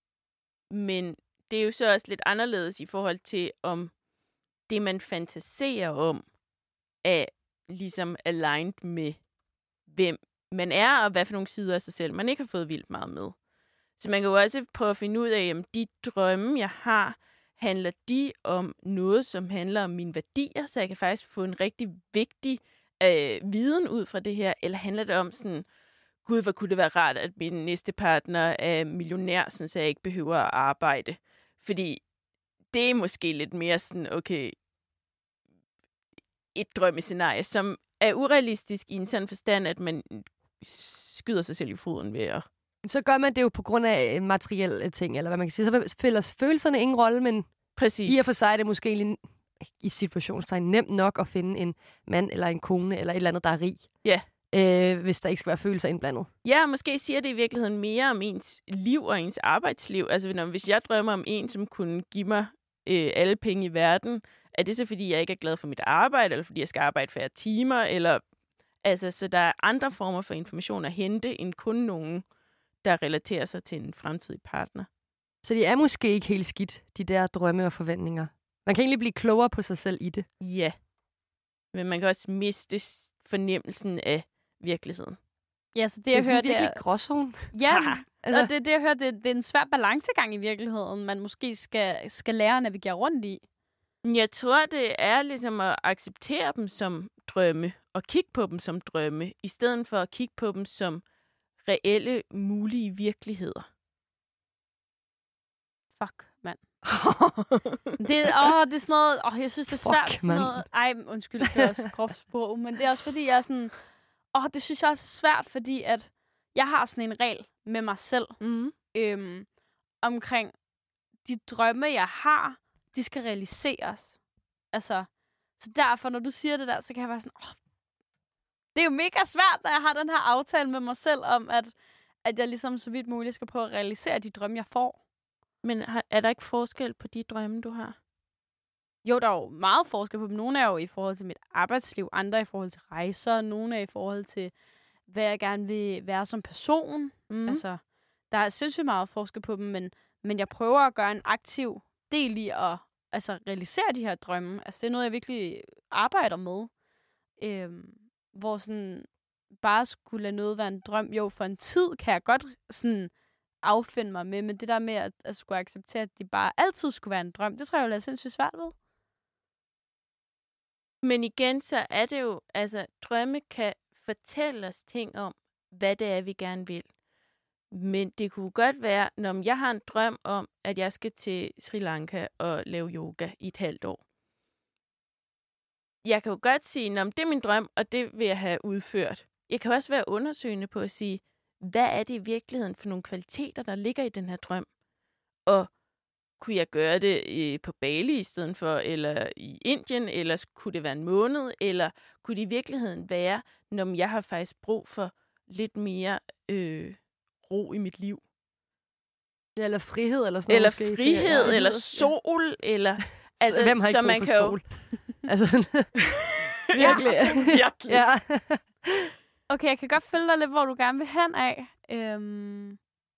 men det er jo så også lidt anderledes i forhold til, om det, man fantaserer om, er ligesom aligned med, hvem man er, og hvad for nogle sider af sig selv, man ikke har fået vildt meget med. Så man kan jo også prøve at finde ud af, om de drømme, jeg har, handler de om noget, som handler om mine værdier, så jeg kan faktisk få en rigtig vigtig øh, viden ud fra det her, eller handler det om sådan, gud, hvor kunne det være rart, at min næste partner er millionær, så jeg ikke behøver at arbejde. Fordi det er måske lidt mere sådan, okay, et drømmescenarie, som er urealistisk i en sådan forstand, at man skyder sig selv i foden ved at... Så gør man det jo på grund af materielle ting, eller hvad man kan sige. Så spiller følelserne ingen rolle, men præcis. I og for sig er det måske egentlig, i situationstegn nemt nok at finde en mand eller en kone eller et eller andet, der er rig. Ja. Øh, hvis der ikke skal være følelser indblandet. Ja, måske siger det i virkeligheden mere om ens liv og ens arbejdsliv. Altså, når, hvis jeg drømmer om en, som kunne give mig øh, alle penge i verden, er det så, fordi jeg ikke er glad for mit arbejde, eller fordi jeg skal arbejde færre timer, eller... Altså, så der er andre former for information at hente, end kun nogen, der relaterer sig til en fremtidig partner. Så de er måske ikke helt skidt, de der drømme og forventninger. Man kan egentlig blive klogere på sig selv i det. Ja. Men man kan også miste fornemmelsen af virkeligheden. Ja, så det, det er jeg sådan hører, virkelig det er... gråzone. Ja, altså... og det, det jeg hører, det, det er en svær balancegang i virkeligheden, man måske skal, skal lære at navigere rundt i. Jeg tror, det er ligesom at acceptere dem som drømme, og kigge på dem som drømme, i stedet for at kigge på dem som reelle, mulige virkeligheder. Fuck, mand. det, åh, det er sådan noget... Åh, jeg synes, det er svært. Fuck, Sådan noget, ej, undskyld, det er også groft sprog. Men det er også fordi, jeg er sådan... Åh, det synes jeg også er svært, fordi at jeg har sådan en regel med mig selv. Mm. Øhm, omkring de drømme, jeg har, de skal realiseres. Altså, så derfor, når du siger det der, så kan jeg være sådan... Åh, det er jo mega svært, når jeg har den her aftale med mig selv om, at, at jeg ligesom så vidt muligt skal prøve at realisere de drømme, jeg får. Men har, er der ikke forskel på de drømme, du har? Jo, der er jo meget forskel på dem. Nogle er jo i forhold til mit arbejdsliv, andre er i forhold til rejser, nogle er i forhold til, hvad jeg gerne vil være som person. Mm. Altså, der er sindssygt meget forskel på dem, men, men jeg prøver at gøre en aktiv del i at altså, realisere de her drømme. Altså, det er noget, jeg virkelig arbejder med. Øhm, hvor sådan bare skulle lade noget være en drøm. Jo, for en tid kan jeg godt sådan affinde mig med, men det der med at, at skulle acceptere, at det bare altid skulle være en drøm, det tror jeg jo er sindssygt svært ved. Men igen, så er det jo, altså, drømme kan fortælle os ting om, hvad det er, vi gerne vil. Men det kunne godt være, når jeg har en drøm om, at jeg skal til Sri Lanka og lave yoga i et halvt år. Jeg kan jo godt sige, at det er min drøm, og det vil jeg have udført. Jeg kan også være undersøgende på at sige, hvad er det i virkeligheden for nogle kvaliteter, der ligger i den her drøm? Og kunne jeg gøre det øh, på Bali i stedet for, eller i Indien, eller kunne det være en måned, eller kunne det i virkeligheden være, når jeg har faktisk brug for lidt mere øh, ro i mit liv? Eller frihed, eller sådan Eller noget. Måske, frihed, ja. eller sol, ja. eller... Altså, hvem har ikke brug for sol? Altså, virkelig. Ja, virkelig. Ja. Okay, jeg kan godt følge dig lidt, hvor du gerne vil hen af. Øhm,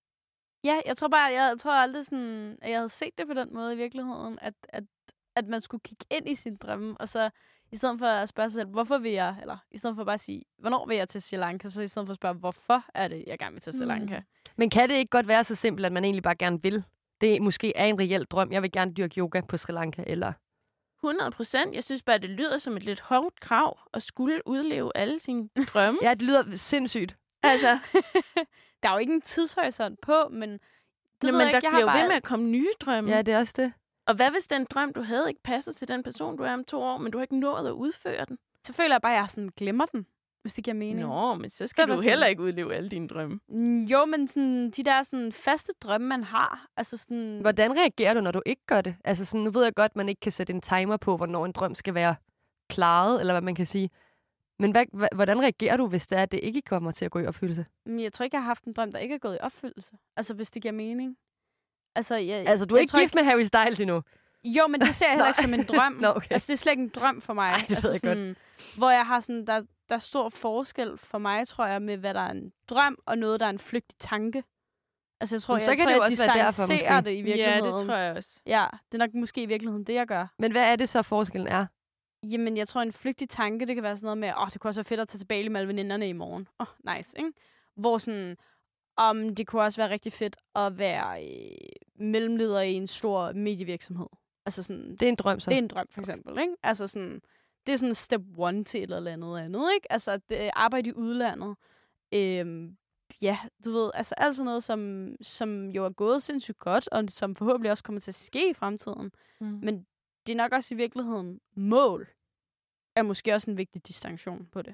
ja, jeg tror bare, jeg, jeg tror aldrig sådan, at jeg havde set det på den måde i virkeligheden, at, at, at man skulle kigge ind i sin drømme, og så i stedet for at spørge sig selv, hvorfor vil jeg, eller i stedet for bare at sige, hvornår vil jeg til Sri Lanka, så i stedet for at spørge, hvorfor er det, jeg gerne vil til Sri Lanka. Mm. Men kan det ikke godt være så simpelt, at man egentlig bare gerne vil? Det måske er en reel drøm. Jeg vil gerne dyrke yoga på Sri Lanka, eller... hundrede procent. Jeg synes bare, det lyder som et lidt hårdt krav at skulle udleve alle sine drømme. Ja, det lyder sindssygt. Altså, der er jo ikke en tidshorisont på, men... Nå, men der bliver jo bare... ved med at komme nye drømme. Ja, det er også det. Og hvad hvis den drøm, du havde, ikke passer til den person, du er om to år, men du har ikke nået at udføre den? Så føler jeg bare, at jeg sådan glemmer den, hvis det giver mening. Nå, men så skal så du sådan... heller ikke udleve alle dine drømme. Jo, men sådan, de der sådan, faste drømme, man har. Altså sådan... Hvordan reagerer du, når du ikke gør det? Altså sådan, nu ved jeg godt, at man ikke kan sætte en timer på, hvornår en drøm skal være klaret, eller hvad man kan sige. Men hvad, hvordan reagerer du, hvis det er, at det ikke kommer til at gå i opfyldelse? Jeg tror ikke, jeg har haft en drøm, der ikke er gået i opfyldelse. Altså, hvis det giver mening. Altså, jeg, altså du er jeg ikke gift ikke... med Harry Styles endnu? Jo, men det ser jeg heller ikke som en drøm. Nå, okay. Altså, det er slet ikke en drøm for mig. Ej, det altså, ved jeg sådan, godt. Hvor jeg har sådan, der, der er stor forskel for mig, tror jeg, med hvad der er en drøm, og noget, der er en flygtig tanke. Altså, jeg tror, men så jeg, kan tror, det jo jeg også være derfor, måske. Det i virkeligheden. Ja, det tror jeg også. Ja, det er nok måske i virkeligheden det, jeg gør. Men hvad er det så, forskellen er? Jamen, jeg tror, en flygtig tanke, det kan være sådan noget med, åh, oh, det kunne også være fedt at tage tilbage med alle veninderne i morgen. Åh, oh, nice, ikke? Hvor sådan, om det kunne også være rigtig fedt at være øh, mellemleder i en stor medievirksomhed. Altså sådan, det er en drøm, så. Det er en drøm, for eksempel, ikke? Altså sådan, det er sådan step one til et eller andet andet, ikke? Altså, at øh, arbejde i udlandet. Øhm, ja, du ved, altså alt sådan noget, som, som jo er gået sindssygt godt, og som forhåbentlig også kommer til at ske i fremtiden. Mm. Men det er nok også i virkeligheden mål, er måske også en vigtig distinktion på det.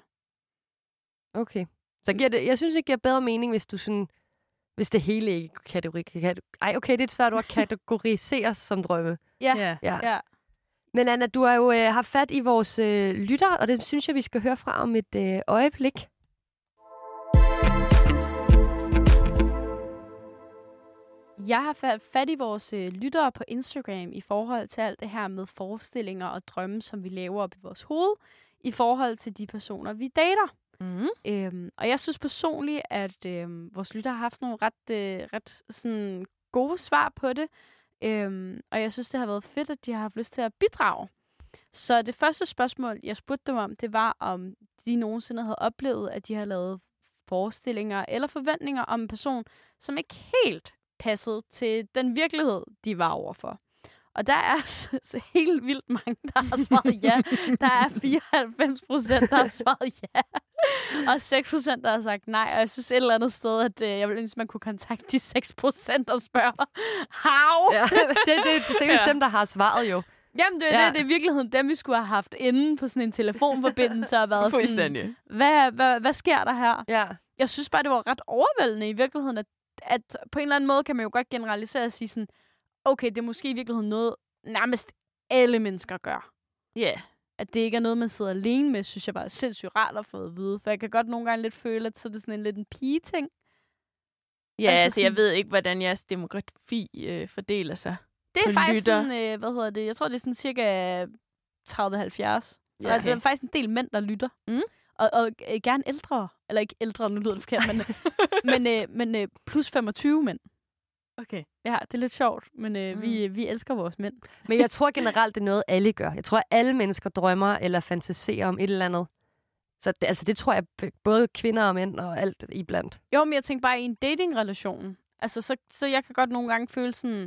Okay. Så giver det, jeg synes, det giver bedre mening, hvis du sådan, hvis det hele ikke kategori, kan, ej, okay, det er et svært ord at kategoriseres som drømme. Ja, ja. ja. ja. Men Anna, du har jo øh, haft fat i vores øh, lytter, og det synes jeg, vi skal høre fra om et øh, øjeblik. Jeg har fat i vores øh, lyttere på Instagram i forhold til alt det her med forestillinger og drømme, som vi laver op i vores hoved, i forhold til de personer, vi dater. Mm. Øhm, og jeg synes personligt, at øh, vores lyttere har haft nogle ret, øh, ret sådan, gode svar på det. Øhm, og jeg synes, det har været fedt, at de har haft lyst til at bidrage. Så det første spørgsmål, jeg spurgte dem om, det var, om de nogensinde havde oplevet, at de har lavet forestillinger eller forventninger om en person, som ikke helt passede til den virkelighed, de var overfor. Og der er så, så helt vildt mange, der har svaret ja. Der er fireoghalvfems procent, der har svaret ja. Og seks procent, der har sagt nej. Og jeg synes et eller andet sted, at øh, jeg ville ønske, man kunne kontakte de seks procent og spørge, how? Ja, det, det, det er seriøst Ja. dem, der har svaret jo. Jamen, det er, Ja. det, det er i virkeligheden dem, vi skulle have haft inde på sådan en telefonforbindelse og været sådan, Fuldstændig. hvad, hvad, hvad sker der her? Ja. Jeg synes bare, det var ret overvældende i virkeligheden, at, at på en eller anden måde kan man jo godt generalisere og sige sådan, okay, det er måske i virkeligheden noget, nærmest alle mennesker gør. Ja. Yeah. At det ikke er noget, man sidder alene med, synes jeg var sindssygt rart at få at vide. For jeg kan godt nogle gange lidt føle, at så er det sådan en lidt en pige-ting. Ja, Altså altså, jeg sådan- ved ikke, hvordan jeres demografi øh, fordeler sig. Det er På faktisk lytter. sådan, øh, hvad hedder det, jeg tror, det er sådan cirka tredive halvfjerds. Ja, Ja, okay. det er faktisk en del mænd, der lytter. Mm. Og, og øh, gerne ældre. Eller ikke ældre, nu lyder det forkert, men, men, øh, men øh, plus femogtyve mænd. Okay. Ja, det er lidt sjovt, men øh, Mm. mm. vi, vi elsker vores mænd. Men jeg tror generelt, det er noget, alle gør. Jeg tror, at alle mennesker drømmer eller fantaserer om et eller andet. Så det, altså, det tror jeg, b- både kvinder og mænd og alt iblandt. Jo, men jeg tænker bare i en datingrelation. Altså, så, så jeg kan godt nogle gange føle sådan,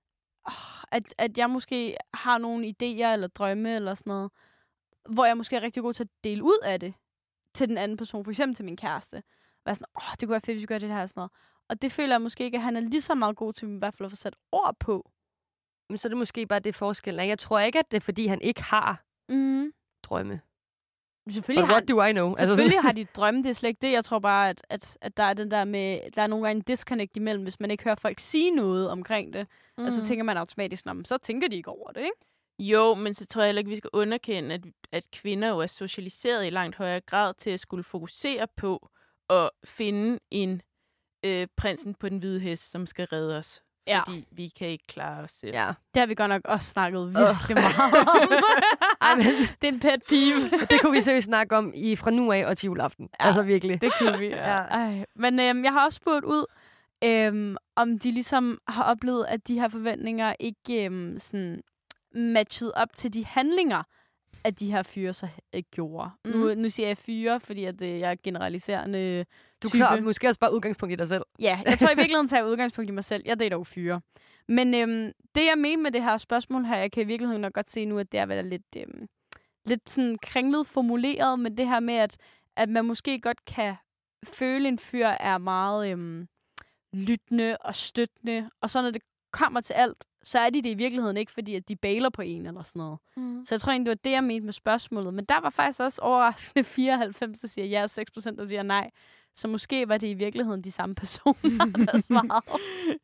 åh, at, at jeg måske har nogle idéer eller drømme eller sådan noget, hvor jeg måske er rigtig god til at dele ud af det til den anden person. For eksempel til min kæreste. Være sådan, åh, det kunne være fedt, hvis vi gør det her og sådan noget. Og det føler jeg måske ikke, at han er lige så meget god til i hvert fald at få sat ord på. Men så er det måske bare det forskel. Jeg tror ikke, at det er, fordi han ikke har Mm. drømme. Selvfølgelig But har what do I know? Selvfølgelig har de drømme, det er slet ikke det. Jeg tror bare, at, at, at der er den der med, der er nogle gange en disconnect imellem, hvis man ikke hører folk sige noget omkring det. Mm. Og så tænker man automatisk, nå, men så tænker de ikke over det, ikke? Jo, men så tror jeg heller ikke, vi skal underkende, at, at kvinder jo er socialiseret i langt højere grad til at skulle fokusere på at finde en øh, prinsen på den hvide hest, som skal redde os. Ja. Fordi vi kan ikke klare os selv. Ja. Det har vi godt nok også snakket virkelig meget om. Ej, men Det er en pet peeve. det kunne vi seriøst snakke om i fra nu af og til juleaften. Ja. Altså virkelig. Det kunne vi, Ja. ja. Ej. Men øhm, jeg har også spurgt ud, øhm, om de ligesom har oplevet, at de her forventninger ikke øhm, sådan matchet op til de handlinger, at de her fyre så øh, gjorde. Mm. Nu, nu siger jeg fyre, fordi at, øh, jeg er generaliserende Du type. klarer måske også bare udgangspunkt i dig selv. Ja, jeg tror i virkeligheden tager jeg udgangspunkt i mig selv. Jeg dater jo fyre. Men øhm, det, jeg mener med det her spørgsmål her, jeg kan i virkeligheden nok godt se nu, at det er været lidt, øhm, lidt sådan kringlet formuleret, men det her med, at, at man måske godt kan føle, en fyr er meget øhm, lyttende og støttende, og så når det kommer til alt, så er de det i virkeligheden ikke, fordi at de bailer på en eller sådan noget. Mm. Så jeg tror egentlig, det var det, jeg mente med spørgsmålet. Men der var faktisk også overraskende fireoghalvfems, der siger ja, og seks procent, der siger nej. Så måske var det i virkeligheden de samme personer, der svarede.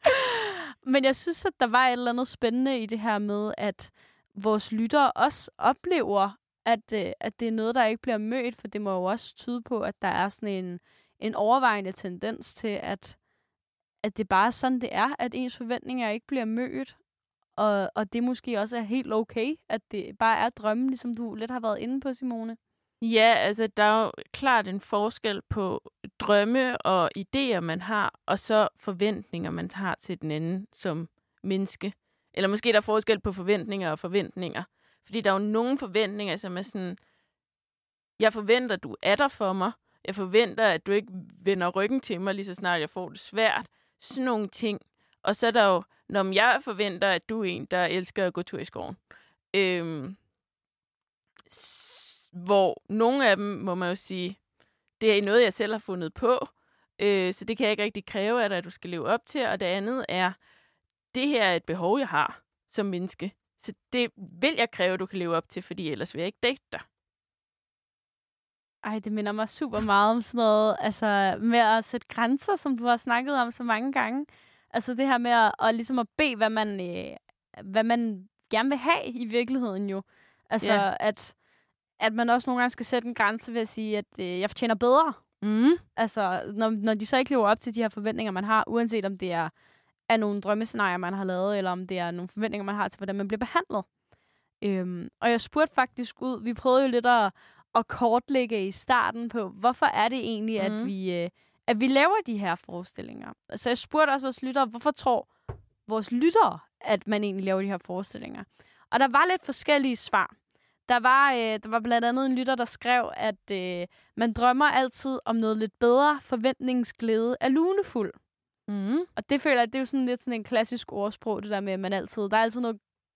Men jeg synes, at der var et eller andet spændende i det her med, at vores lyttere også oplever, at, øh, at det er noget, der ikke bliver mødt, for det må jo også tyde på, at der er sådan en, en overvejende tendens til, at, at det bare er sådan, det er, at ens forventninger ikke bliver mødt. Og, og det måske også er helt okay, at det bare er drømmen, ligesom du lidt har været inde på, Simone. Ja, altså der er jo klart en forskel på drømme og idéer, man har, og så forventninger, man har til den anden som menneske. Eller måske der er forskel på forventninger og forventninger. Fordi der er jo nogle forventninger, som er sådan, jeg forventer, du er der for mig. Jeg forventer, at du ikke vender ryggen til mig, lige så snart jeg får det svært. Sådan nogle ting. Og så er der jo, når jeg forventer, at du er en, der elsker at gå tur i skoven. Øhm, s- hvor nogle af dem, må man jo sige, det er noget, jeg selv har fundet på. Øh, så det kan jeg ikke rigtig kræve af dig, at du skal leve op til. Og det andet er, det her er et behov, jeg har som menneske. Så det vil jeg kræve, at du kan leve op til, fordi ellers vil jeg ikke date dig. Ej, det minder mig super meget om sådan noget, altså med at sætte grænser, som du har snakket om så mange gange. Altså det her med at, at ligesom at bede, hvad man, øh, hvad man gerne vil have i virkeligheden jo. Altså Ja. at, at man også nogle gange skal sætte en grænse ved at sige, at øh, jeg fortjener bedre. Mm. Altså når, når de så ikke lever op til de her forventninger, man har, uanset om det er, er nogle drømmescenarier, man har lavet, eller om det er nogle forventninger, man har til, hvordan man bliver behandlet. Øhm, og jeg spurgte faktisk ud, vi prøvede jo lidt at, at kortlægge i starten på, hvorfor er det egentlig, mm. at, vi, øh, at vi laver de her forestillinger. Så jeg spurgte også vores lyttere, hvorfor tror vores lyttere, at man egentlig laver de her forestillinger? Og der var lidt forskellige svar. Der var, øh, der var blandt andet en lytter, der skrev, at øh, man drømmer altid om noget lidt bedre, forventningsglæde er lunefuld. Mm. Og det føler jeg, det er jo sådan lidt sådan en klassisk ordsprog, det der med, at man altid, der er altid noget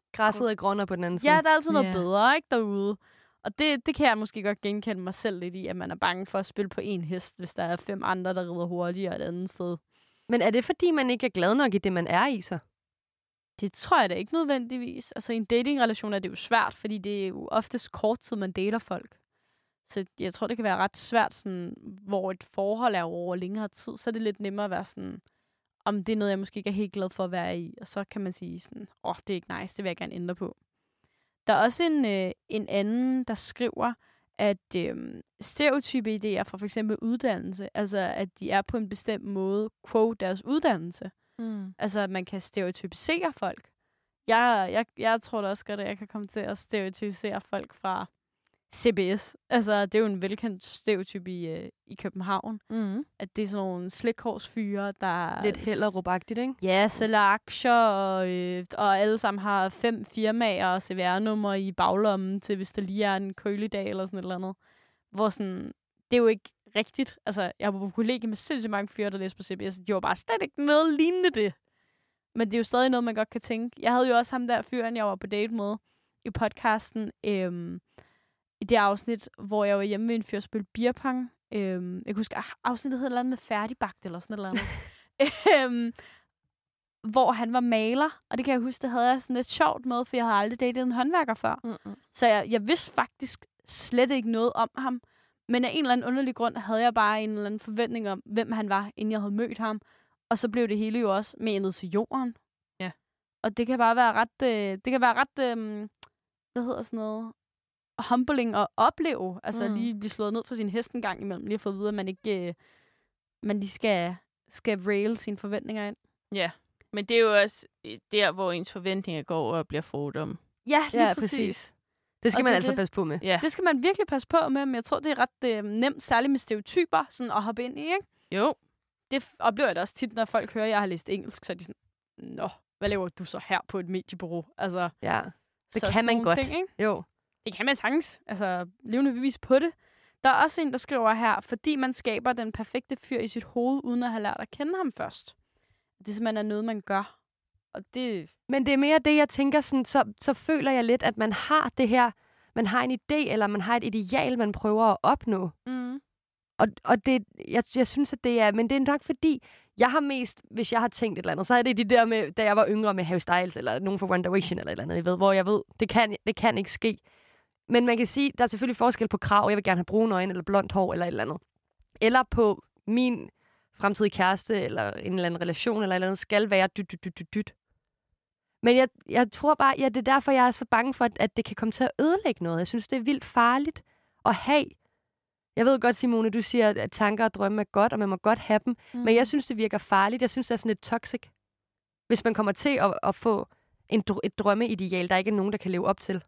Græsset er grønnere på den anden side. Ja, der er altid noget Ja. bedre, ikke, derude. Og det, det kan jeg måske godt genkende mig selv lidt i, at man er bange for at spille på en hest, hvis der er fem andre, der rider hurtigere et andet sted. Men er det, fordi man ikke er glad nok i det, man er i så? Det tror jeg da ikke nødvendigvis. Altså i en datingrelation er det jo svært, fordi det er jo oftest kort tid, man dater folk. Så jeg tror, det kan være ret svært, sådan, hvor et forhold er over længere tid, så er det lidt nemmere at være sådan, om det er noget, jeg måske ikke er helt glad for at være i. Og så kan man sige sådan, åh, oh, det er ikke nice, det vil jeg gerne ændre på. Der er også en, øh, en anden, der skriver, at øh, stereotype idéer fra for eksempel uddannelse, altså at de er på en bestemt måde, quote deres uddannelse. Mm. Altså, at man kan stereotypisere folk. Jeg, jeg, jeg tror da også godt, at jeg kan komme til at stereotypisere folk fra C B S. Altså, det er jo en velkendt stereotyp i, øh, i København. Mm. At det er sådan nogle slikhårsfyre, der... Lidt hellerubagtigt, ikke? Ja, sælger aktier, og, øh, og alle sammen har fem firmaer og C V R-nummer i baglommen til, hvis der lige er en køledag eller sådan et eller andet. Hvor sådan... Det er jo ikke rigtigt. Altså, jeg var på kollegie med sindssygt mange fyre, der læste på C B S. De var bare slet ikke noget lignende det. Men det er jo stadig noget, man godt kan tænke. Jeg havde jo også ham der fyren, jeg var på date med i podcasten. Øhm, I det afsnit, hvor jeg var hjemme ved en fyr og spille beerpong. Øhm, jeg kan huske, ah, afsnittet hed et eller andet med færdigbagt eller sådan et eller andet. øhm, hvor han var maler. Og det kan jeg huske, det havde jeg sådan lidt sjovt med, for jeg havde aldrig datet en håndværker før. Mm-mm. Så jeg, jeg vidste faktisk slet ikke noget om ham. Men af en eller anden underlig grund havde jeg bare en eller anden forventning om, hvem han var, inden jeg havde mødt ham. Og så blev det hele jo også menet til jorden. Ja. Og det kan bare være ret, øh, det kan være ret, øh, hvad hedder sådan noget, humbling at opleve. Altså Mm. lige blive slået ned for sin hest en gang imellem. Lige at få at vide, at man ikke, øh, man lige skal, skal rail sine forventninger ind. Ja, men det er jo også der, hvor ens forventninger går over og bliver fordomme. Ja, lige Ja, præcis. præcis. Det skal Og man det er altså det. passe på med. Ja, Det skal man virkelig passe på med, men jeg tror, det er ret øh, nemt, særligt med stereotyper, sådan at hoppe ind i, ikke? jo. Det f- oplever jeg da også tit, når folk hører, at jeg har læst engelsk, så er de sådan, nå, hvad laver du så her på et mediebureau? Altså, Ja, det så kan sådan man nogle godt. Ting, ikke? Jo. Det kan man sagtens. Altså, levende bevis på det. Der er også en, der skriver her, fordi man skaber den perfekte fyr i sit hoved, uden at have lært at kende ham først. Det er simpelthen er noget, man gør. Og det... Men det er mere det, jeg tænker, sådan, så, så føler jeg lidt, at man har det her, man har en idé, eller man har et ideal, man prøver at opnå. Mm. Og, og det, jeg, jeg synes, at det er, men det er nok fordi, jeg har mest, hvis jeg har tænkt et eller andet, så er det de der med, da jeg var yngre med Harry Styles, eller nogen fra One Direction, eller et eller andet, jeg ved, hvor jeg ved, det kan, det kan ikke ske. Men man kan sige, der er selvfølgelig forskel på krav, jeg vil gerne have brune øjne, eller blondt hår, eller et eller andet. Eller på min fremtidige kæreste, eller en eller anden relation, eller et eller andet, skal være dyt, dyt, dyt, dyt, dyt. Men jeg, jeg tror bare, ja, det er derfor, jeg er så bange for, at, at det kan komme til at ødelægge noget. Jeg synes, det er vildt farligt at have. Jeg ved godt, Simone, du siger, at tanker og drømme er godt, og man må godt have dem. Mm. Men jeg synes, det virker farligt. Jeg synes, det er sådan lidt toxic. Hvis man kommer til at, at få en, et drømmeideal, der ikke er nogen, der kan leve op til.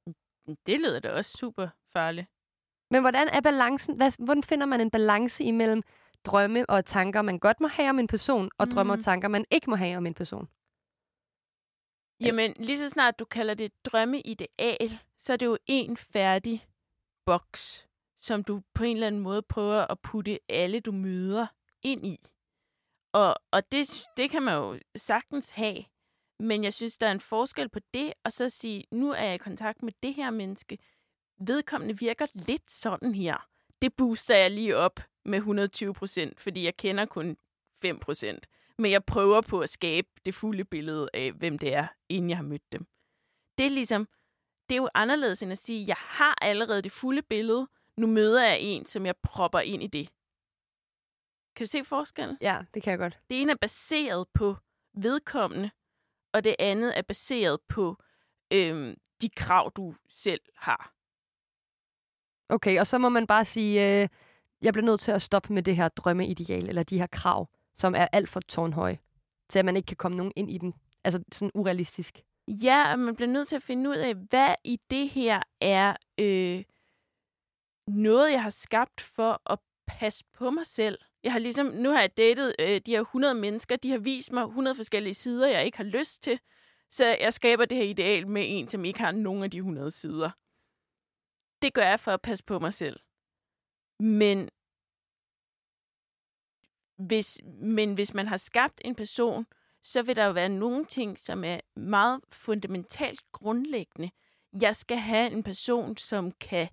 Det lyder da også super farligt. Men hvordan er balancen? Hvad, hvordan finder man en balance imellem drømme og tanker, man godt må have om en person, og mm. drømme og tanker, man ikke må have om en person? Jamen, lige så snart du kalder det et drømmeideal, så er det jo en færdig boks, som du på en eller anden måde prøver at putte alle, du møder, ind i. Og, og det, det kan man jo sagtens have. Men jeg synes, der er en forskel på det, og så sige, nu er jeg i kontakt med det her menneske. Vedkommende virker lidt sådan her. Det booster jeg lige op med hundrede og tyve procent, fordi jeg kender kun fem procent. Men jeg prøver på at skabe det fulde billede af, hvem det er, inden jeg har mødt dem. Det er ligesom, det er jo anderledes end at sige, jeg har allerede det fulde billede, nu møder jeg en, som jeg propper ind i det. Kan du se forskellen? Ja, det kan jeg godt. Det ene er baseret på vedkommende, og det andet er baseret på øhm, de krav, du selv har. Okay, og så må man bare sige, øh, jeg bliver nødt til at stoppe med det her drømmeideal, eller de her krav, som er alt for tårnhøje, til at man ikke kan komme nogen ind i den. Altså sådan urealistisk. Ja, og man bliver nødt til at finde ud af, hvad i det her er øh, noget, jeg har skabt for at passe på mig selv. Jeg har ligesom, nu har jeg datet øh, de her hundrede mennesker, de har vist mig hundrede forskellige sider, jeg ikke har lyst til, så jeg skaber det her ideal med en, som ikke har nogen af de hundrede sider. Det gør jeg for at passe på mig selv. Men hvis, men hvis man har skabt en person så vil der jo være nogle ting, som er meget fundamentalt grundlæggende. Jeg skal have en person, som kan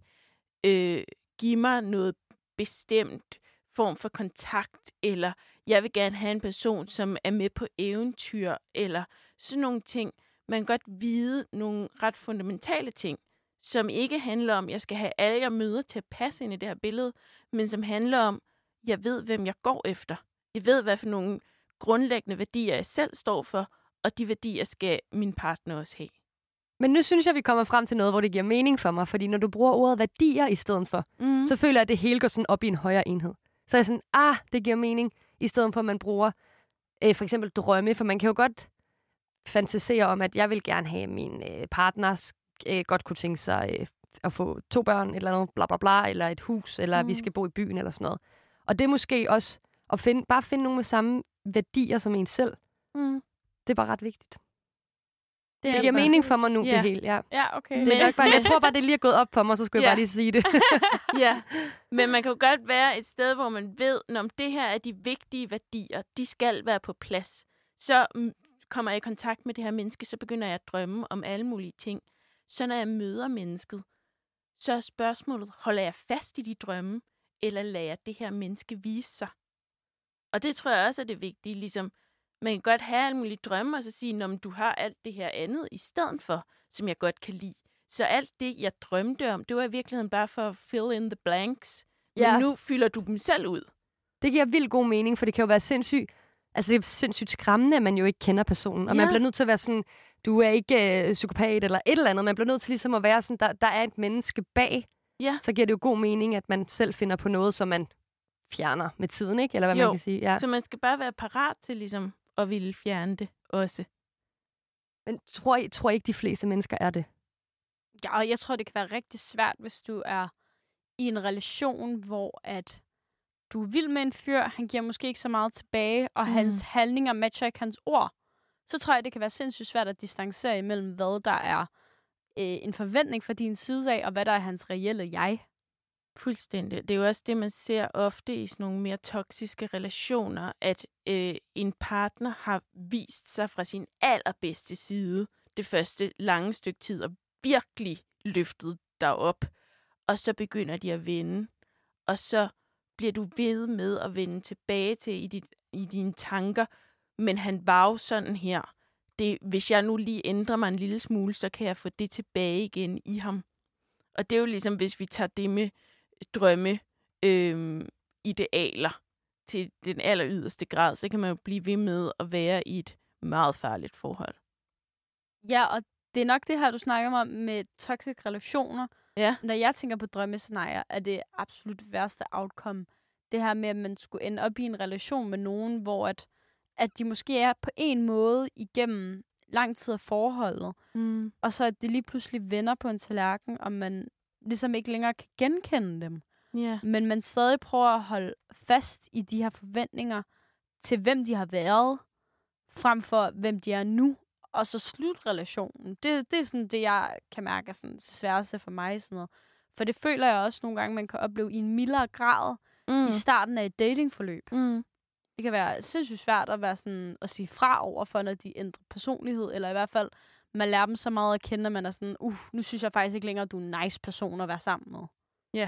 øh, give mig noget bestemt form for kontakt, eller jeg vil gerne have en person, som er med på eventyr, eller sådan nogle ting. Man kan godt vide nogle ret fundamentale ting, som ikke handler om, at jeg skal have alle, jeg møder til at passe ind i det her billede, men som handler om, at jeg ved, hvem jeg går efter. Jeg ved, hvad for nogle grundlæggende værdier, jeg selv står for, og de værdier skal min partner også have. Men nu synes jeg, vi kommer frem til noget, hvor det giver mening for mig, fordi når du bruger ordet værdier i stedet for, Mm. så føler jeg, at det hele går sådan op i en højere enhed. Så er jeg sådan, ah, det giver mening, i stedet for, at man bruger øh, for eksempel drømme, for man kan jo godt fantasere om, at jeg vil gerne have min øh, partner øh, godt kunne tænke sig øh, at få to børn, et eller andet, bla bla bla, eller et hus, eller mm. vi skal bo i byen, eller sådan noget. Og det er måske også at finde, bare finde nogle med samme værdier som en selv. Mm. Det er bare ret vigtigt. Det, Det giver mening for mig nu, Ja. det hele. Ja. Ja, okay. Det er nok bare, jeg tror bare, det lige er gået op for mig, så skulle jeg Ja. bare lige sige det. Ja, men man kan jo godt være et sted, hvor man ved, om det her er de vigtige værdier, de skal være på plads. Så mm, kommer jeg i kontakt med det her menneske, så begynder jeg at drømme om alle mulige ting. Så når jeg møder mennesket, så er spørgsmålet, holder jeg fast i de drømme, eller lader jeg det her menneske vise sig? Og det tror jeg også er det vigtige, ligesom man kan godt have alle mulige drømme, og så sige, at du har alt det her andet i stedet for, som jeg godt kan lide. Så alt det, jeg drømte om, det var i virkeligheden bare for at fill in the blanks. Men Ja. nu fylder du dem selv ud. Det giver vildt god mening, for det kan jo være sindssygt, altså det er sindssygt skræmmende, at man jo ikke kender personen. Og Ja. man bliver nødt til at være sådan, du er ikke øh, psykopat eller et eller andet. Man bliver nødt til ligesom at være sådan, der, der er et menneske bag. Ja. Så giver det jo god mening, at man selv finder på noget, som man fjerner med tiden, ikke? Eller hvad Jo. man kan sige. Ja. Så man skal bare være parat til ligesom at ville fjerne det også. Men tror I, tror I ikke, de fleste mennesker er det? Ja, og jeg tror, det kan være rigtig svært, hvis du er i en relation, hvor at du er vild med en fyr, han giver måske ikke så meget tilbage, og Mm. mm. hans handlinger matcher ikke hans ord. Så tror jeg, det kan være sindssygt svært at distancere imellem, hvad der er øh, en forventning fra din side af, og hvad der er hans reelle jeg. Fuldstændig. Det er jo også det, man ser ofte i sådan nogle mere toksiske relationer, at øh, en partner har vist sig fra sin allerbedste side det første lange stykke tid, og virkelig løftet dig op, og så begynder de at vende, og så bliver du ved med at vende tilbage til i, dit, i dine tanker, men han var jo sådan her. Det, hvis jeg nu lige ændrer mig en lille smule, så kan jeg få det tilbage igen i ham. Og det er jo ligesom, hvis vi tager det med drømme, øh, idealer til den aller yderste grad, så kan man jo blive ved med at være i et meget farligt forhold. Ja, og det er nok det her, du snakker om med toxic relationer. Ja. Når jeg tænker på drømmescenarier, er det absolut værste outcome. Det her med, at man skulle ende op i en relation med nogen, hvor at, at de måske er på en måde igennem lang tid af forholdet, Mm. og så at det lige pludselig vender på en tallerken, og man ligesom ikke længere kan genkende dem. Ja. Men man stadig prøver at holde fast i de her forventninger til, hvem de har været, frem for, hvem de er nu, og så slut relationen. Det, det er sådan det, jeg kan mærke er sådan det sværeste for mig. Sådan noget. For det føler jeg også nogle gange, man kan opleve i en mildere grad Mm. i starten af et datingforløb. Mm. Det kan være sindssygt svært at, være sådan, at sige fra over for, når de ændrer personlighed, eller i hvert fald, man lærer dem så meget at kende, at man er sådan, uh, nu synes jeg faktisk ikke længere, at du er en nice person at være sammen med. Ja.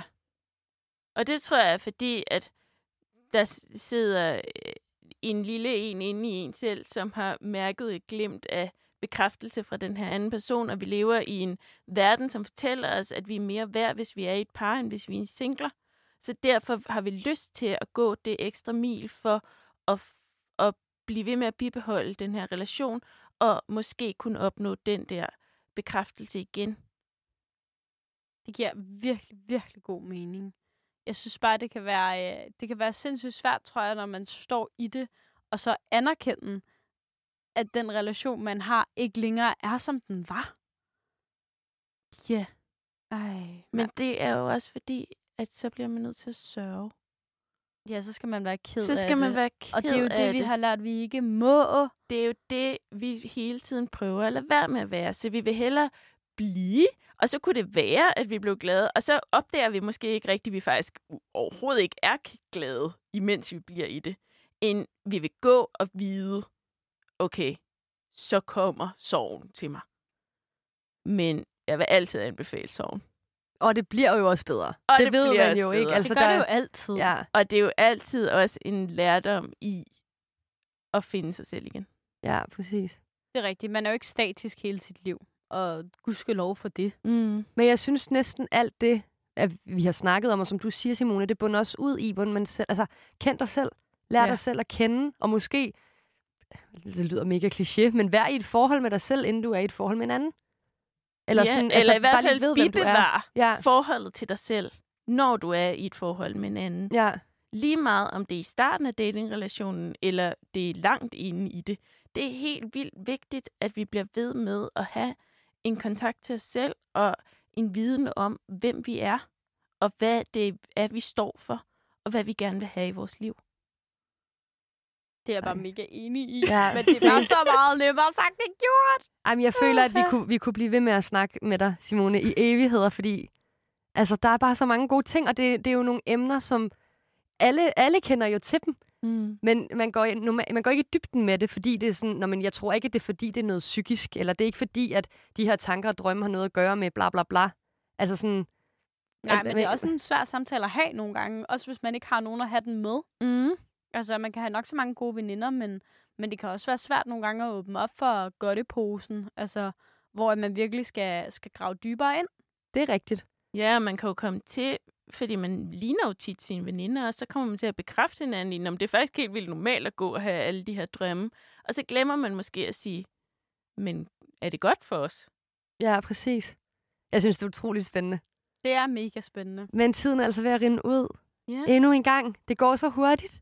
Og det tror jeg er fordi, at der sidder øh, en lille en inde i en selv, som har mærket et glimt af bekræftelse fra den her anden person, og vi lever i en verden, som fortæller os, at vi er mere værd, hvis vi er i et par, end hvis vi er singler. Så derfor har vi lyst til at gå det ekstra mil for at, at blive ved med at bibeholde den her relation, og måske kunne opnå den der bekræftelse igen. Det giver virkelig, virkelig god mening. Jeg synes bare, det kan være, øh, det kan være sindssygt svært, tror jeg, når man står i det, og så anerkende, at den relation, man har, ikke længere er, som den var. Ja, Ej, men det er jo også fordi, at så bliver man nødt til at sørge. ja, så skal man være ked Så af skal man det. være ked Og det er jo af det, vi det. har lært, vi ikke må. Det er jo det, vi hele tiden prøver at lade være med at være. Så vi vil hellere blive, og så kunne det være, at vi blev glade. Og så opdager vi måske ikke rigtigt, at vi faktisk overhovedet ikke er glade, imens vi bliver i det. End vi vil gå og vide, okay, så kommer sorgen til mig. Men jeg vil altid anbefale sorgen. Og det bliver jo også bedre. Og det, det ved bliver man også jo bedre. ikke. Altså, det gør der, det jo altid. Ja, Og det er jo altid også en lærdom i at finde sig selv igen. ja, præcis. Det er rigtigt. Man er jo ikke statisk hele sit liv. Og gudskelov for det. Mm. Men jeg synes næsten alt det, at vi har snakket om, og som du siger, Simone, det bunder også ud i, hvordan man selv, altså, kend dig selv, lær Ja. dig selv at kende, og måske, det lyder mega kliché, men vær i et forhold med dig selv, inden du er i et forhold med en anden. Eller, ja, sådan, eller altså, i hvert bare lige fald ved, hvem du er. bibevar Ja, forholdet til dig selv, når du er i et forhold med en anden. ja, Lige meget om det er i starten af datingrelationen, eller det er langt inde i det. Det er helt vildt vigtigt, at vi bliver ved med at have en kontakt til os selv, og en viden om, hvem vi er, og hvad det er, vi står for, og hvad vi gerne vil have i vores liv. Det er jeg bare Ej. mega enig i. Ja, Men det er bare så meget nemmere sagt end gjort. Ej, men jeg føler, at vi kunne, vi kunne blive ved med at snakke med dig, Simone, i evigheder, fordi altså, der er bare så mange gode ting, og det, det er jo nogle emner, som alle, alle kender jo til dem, Mm. men man går, normal, man går ikke i dybden med det, fordi det er sådan, nå, men jeg tror ikke, det er fordi, det er noget psykisk, eller det er ikke fordi, at de her tanker og drømme har noget at gøre med bla bla bla. Altså sådan... Nej, at- men det er også en svær samtale at have nogle gange. Også hvis man ikke har nogen at have den med. Mm. Altså, man kan have nok så mange gode veninder, men, men det kan også være svært nogle gange at åbne op for godteposen. Altså, hvor man virkelig skal, skal grave dybere ind. Det er rigtigt. Ja, og man kan jo komme til, fordi man ligner jo tit sine veninder, og så kommer man til at bekræfte hinanden i, om det er faktisk helt vildt normalt at gå og have alle de her drømme. Og så glemmer man måske at sige, men er det godt for os? Ja, præcis. Jeg synes, det er utroligt spændende. Det er mega spændende. Men tiden er altså ved at rinde ud. Ja. Endnu en gang. Det går så hurtigt.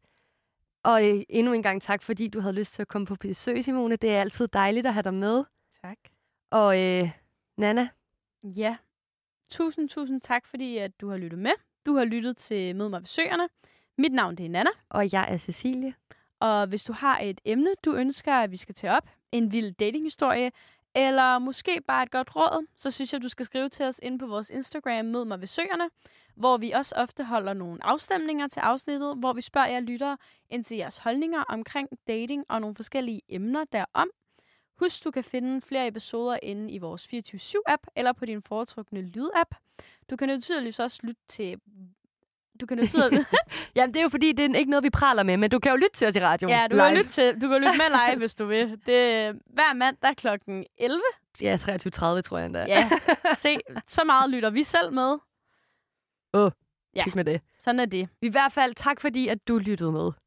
Og øh, endnu en gang tak, fordi du havde lyst til at komme på besøg, Simone. Det er altid dejligt at have dig med. Tak. Og øh, Nana, Ja. Tusind, tusind tak, fordi at du har lyttet med. Du har lyttet til Mød mig ved Søerne. Mit navn det er Nana. og jeg er Cecilie. Og hvis du har et emne, du ønsker, at vi skal tage op, en vild datinghistorie, eller måske bare et godt råd, så synes jeg, du skal skrive til os inde på vores Instagram, Mød mig ved Søerne, hvor vi også ofte holder nogle afstemninger til afsnittet, hvor vi spørger jer lyttere ind til jeres holdninger omkring dating og nogle forskellige emner derom. Husk, du kan finde flere episoder inde i vores fireogtyve syv app eller på din foretrukne lydapp. Du kan naturligvis også lytte til... Du kan naturligvis... Jamen, det er jo fordi, det er ikke noget, vi praler med, men du kan jo lytte til os i radioen. ja, du kan, lytte til, du kan lytte med live, hvis du vil. Det er hver mandag klokken elleve. Ja, treogtyve tredive, tror jeg endda. Ja, se, så meget lytter vi selv med. Åh, Ja. Pyt med det. Sådan er det. I hvert fald tak, fordi at du lyttede med.